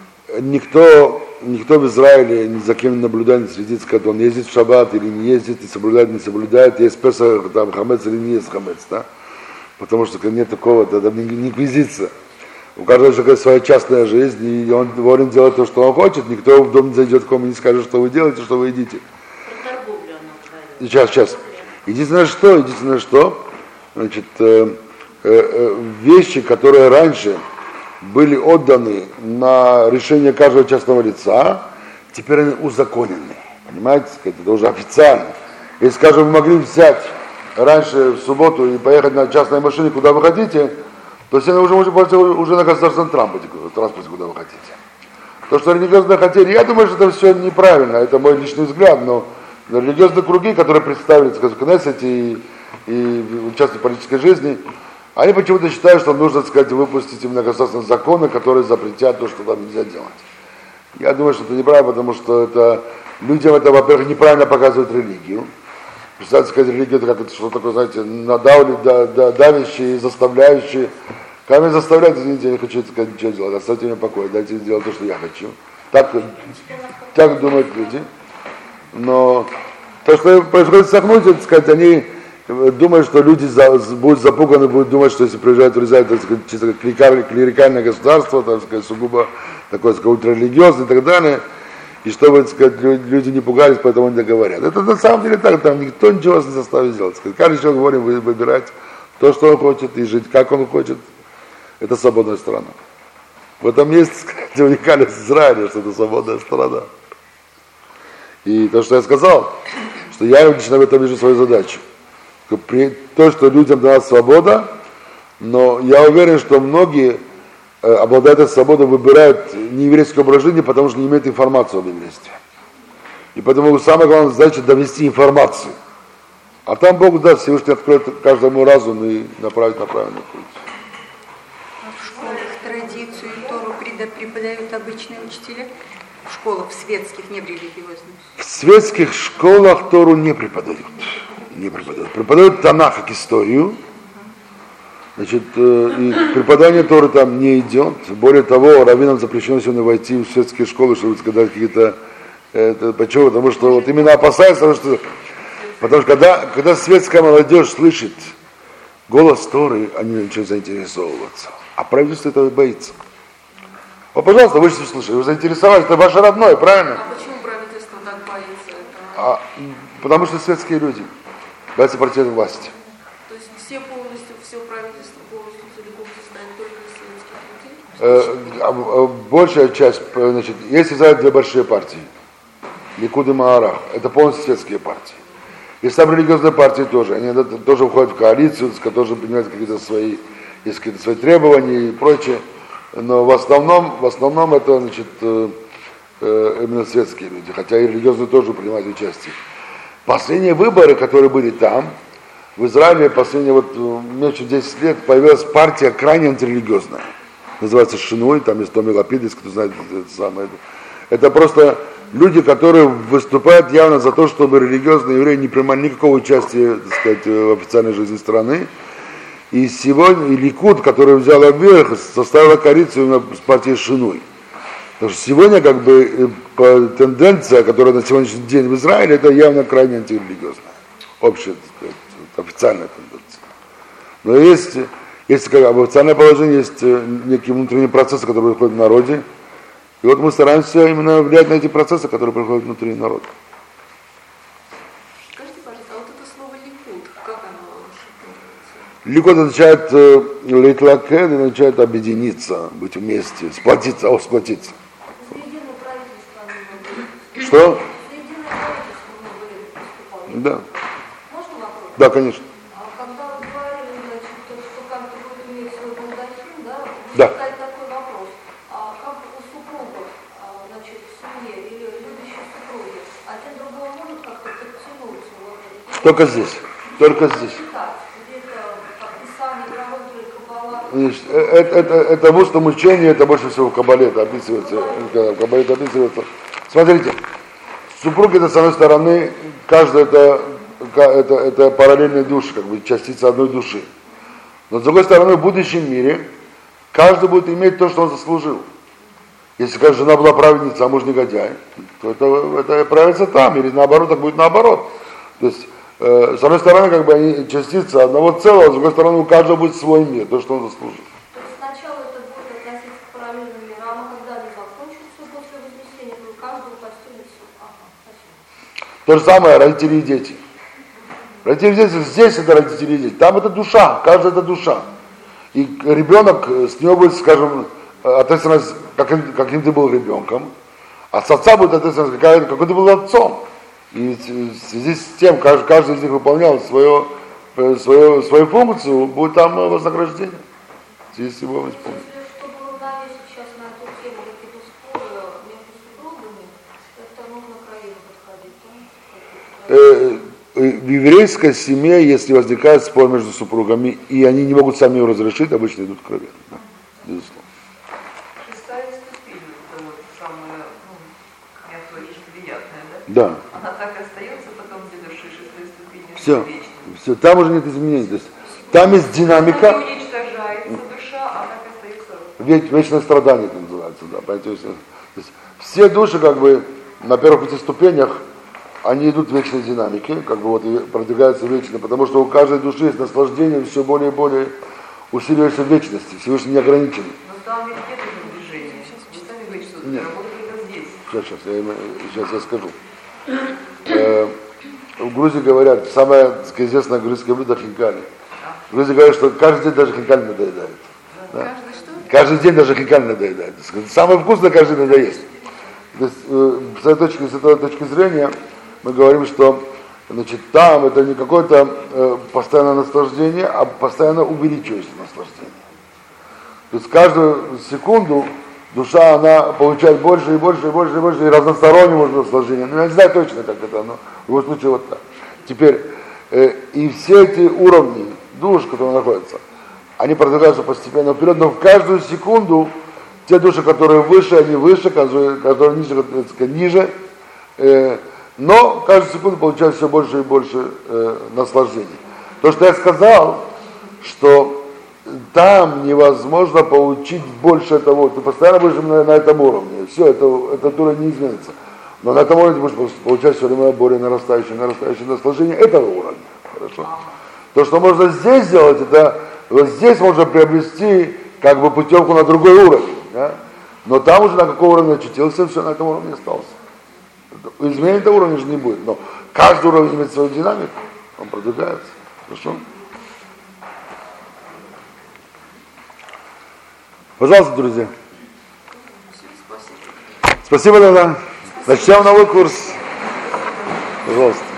никто, никто в Израиле ни за кем не наблюдает, не следит, как он ездит в шаббат или не ездит, и соблюдает, не соблюдает, есть Песах, там хамец или не есть хамец, да? Потому что нет такого, это не, не инквизиция. У каждого человека своя частная жизнь, и он волен делать то, что он хочет, никто в дом не зайдет к вам и не скажет, что вы делаете, что вы едите. Про торговлю она говорила. Сейчас, сейчас. Единственное, что, единственное, что, значит, э, э, вещи, которые раньше были отданы на решение каждого частного лица, теперь они узаконены. Понимаете, это уже официально. Если, скажем, вы могли взять раньше в субботу и поехать на частной машине, куда вы хотите, то есть вы уже можете уже на государственном транспорте, транспорте, куда вы хотите. То, что религиозные хотели, я думаю, что это все неправильно, это мой личный взгляд, но религиозные круги, которые представлены, скажем, в Кнессете и, и участвуют в политической жизни, они почему-то считают, что нужно, так сказать, выпустить именно государственные законы, которые запретят то, что там нельзя делать. Я думаю, что это неправильно, потому что это людям это, во-первых, неправильно показывает религию. Представьте, сказать, религия это как это, что такое, знаете, надавли, да, да, давящие, заставляющие. Когда меня заставляют, извините, я не хочу сказать, ничего делать, оставьте меня в покое, дайте сделать то, что я хочу. Так, так думают люди. Но то, что происходит в Сахнуте, так сказать, они думают, что люди за, будут запуганы, будут думать, что если приезжают в Израиль, это сказать, чисто клерикальное государство, так сказать, сугубо такое, сказать, ультрарелигиозное и так далее. И чтобы, так сказать, люди не пугались, поэтому они говорят. Это на самом деле так, там никто ничего вас не заставит сделать. Каждый человек волен выбирать то, что он хочет, и жить, как он хочет. Это свободная страна. В этом есть, так сказать, уникальность Израиля, что это свободная страна. И то, что я сказал, что я лично в этом вижу свою задачу. То, что людям дана свобода, но я уверен, что многие обладают этой свободой, выбирают нееврейский образ жизни, потому что не имеют информацию об еврействе. И поэтому самая главная задача довести информацию. А там Бог даст, Всевышний откроет каждому разум и направит на правильный путь. А в школах традицию и Тору преподают обычные учителя? В школах, в светских, не в религиозных? В светских школах Тору не преподают. Не преподают. Преподают Танах как историю. Значит, и преподавание Торы там не идет. Более того, раввинам запрещено сегодня войти в светские школы, чтобы сказать какие-то... Это, почему? Потому что вот именно опасаются, потому что, потому что когда, когда светская молодежь слышит голос Торы, они начинают заинтересовываться. А правительство этого боится. Вот, пожалуйста, вы что слышали, вы заинтересовались, это ваше родное, правильно? А почему правительство так боится этого? А, потому что светские люди боятся партийной власти. То есть все полностью, все правительство полностью целиком состоит только из светских людей? Э, а, а, большая часть, значит, есть Израиль две большие партии. Ликуд и Маарах. Это полностью светские партии. Есть там религиозные партии тоже. Они тоже входят в коалицию, тоже принимают какие-то свои, есть какие-то свои требования и прочее. Но в основном, в основном это, значит, э, э, именно светские люди, хотя и религиозные тоже принимают участие. Последние выборы, которые были там, в Израиле последние вот меньше десять лет появилась партия крайне антирелигиозная. Называется Шиной, там есть Томи Лапидис, кто знает это самое. Это просто люди, которые выступают явно за то, чтобы религиозные евреи не принимали никакого участия, так сказать, в официальной жизни страны. И сегодня и Ликуд, который взял вверх, составила коалицию именно с партией Шиной. Потому что сегодня как бы тенденция, которая на сегодняшний день в Израиле, это явно крайне антирелигиозная. Общая, так сказать, официальная тенденция. Но есть, есть как официальное положение, есть некие внутренние процессы, которые происходят в народе. И вот мы стараемся именно влиять на эти процессы, которые происходят внутри народа. Скажите, пожалуйста, а вот это слово «ликуд», как оно шифруется? Ликуд означает лейтлакед, означает объединиться, быть вместе, сплотиться, о, сплотиться. Единое правительство мы Что? Единое правительство мы были выступали. Да. Можно вопрос? Да, конечно. А когда вы говорили, значит, что каждый будет иметь свой балдахин, да, Да. возникает такой вопрос. А как у супругов, а, значит, в семье или любящих супруги, один другого может как-то подтянуться? Вот, Только здесь. Только здесь. читать, где-то как Писание, пророки, Каббала. Значит, Это, это, это в устном учении, это больше всего в Каббале это описывается. В Каббале это описывается. Смотрите, супруги это с одной стороны, каждый это, это, это параллельные души, как бы частица одной души. Но с другой стороны, в будущем мире каждый будет иметь то, что он заслужил. Если, как жена была праведница, а муж негодяй, то это, это проявится там, или наоборот, так будет наоборот. То есть, э, с одной стороны, как бы они частица одного целого, с другой стороны, у каждого будет свой мир, то, что он заслужил. То есть сначала это будет относиться к параллельным мирам, а когда они закончатся после вознесения, то каждый постелится. Ага, спасибо. То же самое родители и дети. Родители и дети, здесь это родители и дети, там это душа, каждая это душа. И ребенок, с него будет, скажем, ответственность, каким, каким ты был ребенком, а с отца будет ответственность, какая, какой ты был отцом. И в связи с тем, каждый, каждый из них выполнял свое, свою, свою функцию, будет там вознаграждение. В связи с его исполнением. Если чтобы равновесить сейчас на эту тему какие-то споры между супругами, это нужно к Раину подходить, да? В еврейской семье, если возникает спор между супругами, и они не могут сами его разрешить, обычно идут к Равину. Да, безусловно. Шестая ступень, это вот самая, ну, мягкая и приятная, да? Да. Она так и остается потом для души шестой ступени. Все, вечной. все, там уже нет изменений. То есть, там есть динамика. Не уничтожается душа, а так остается. Веч, вечное страдание это называется, да. Понимаете? То есть, все души, как бы, на первых пяти ступенях, они идут в вечной динамике, как бы вот и продвигаются вечно, потому что у каждой души есть наслаждение все более и более усиливается в вечности, Всевышний не ограничен. Но там ведь нет этого движения. Вы сами говорите, что Нет. работает только здесь. Сейчас, сейчас, я, им- сейчас я скажу. Э, в Грузии говорят, самое, так сказать, известное грузинское блюдо хинкали. В Грузии говорят, что каждый день даже хинкали надоедает. Да? Каждый что? Каждый день даже хинкали надоедает. Так сказать, самое вкусное каждый день надо есть. То есть, э, с этой точки, с этой точки зрения мы говорим, что значит, там это не какое-то э, постоянное наслаждение, а постоянно увеличивающееся наслаждение. То есть каждую секунду душа, она получает больше и больше и больше и больше, и разностороннее может наслаждение. Ну, я не знаю точно, как это, но в любом случае вот так. Теперь, э, и все эти уровни душ, которые находятся, они продвигаются постепенно вперед, но в каждую секунду те души, которые выше, они выше, которые, которые ниже, так сказать, ниже, э, но каждую секунду получают все больше и больше э, наслаждений. То, что я сказал, что там невозможно получить больше того, ты постоянно будешь на, на этом уровне, все, это, этот уровень не изменится. Но на этом уровне ты будешь получать все время более нарастающее, нарастающее наслаждение этого уровня. Хорошо? То, что можно здесь сделать, это вот здесь можно приобрести как бы путевку на другой уровень. Да? Но там уже на каком уровне очутился, все на этом уровне остался. Изменения этого уровня же не будет. Но каждый уровень имеет свою динамику, он продвигается. Хорошо? Пожалуйста, друзья. Спасибо, Дана. Начнем новый курс. Пожалуйста.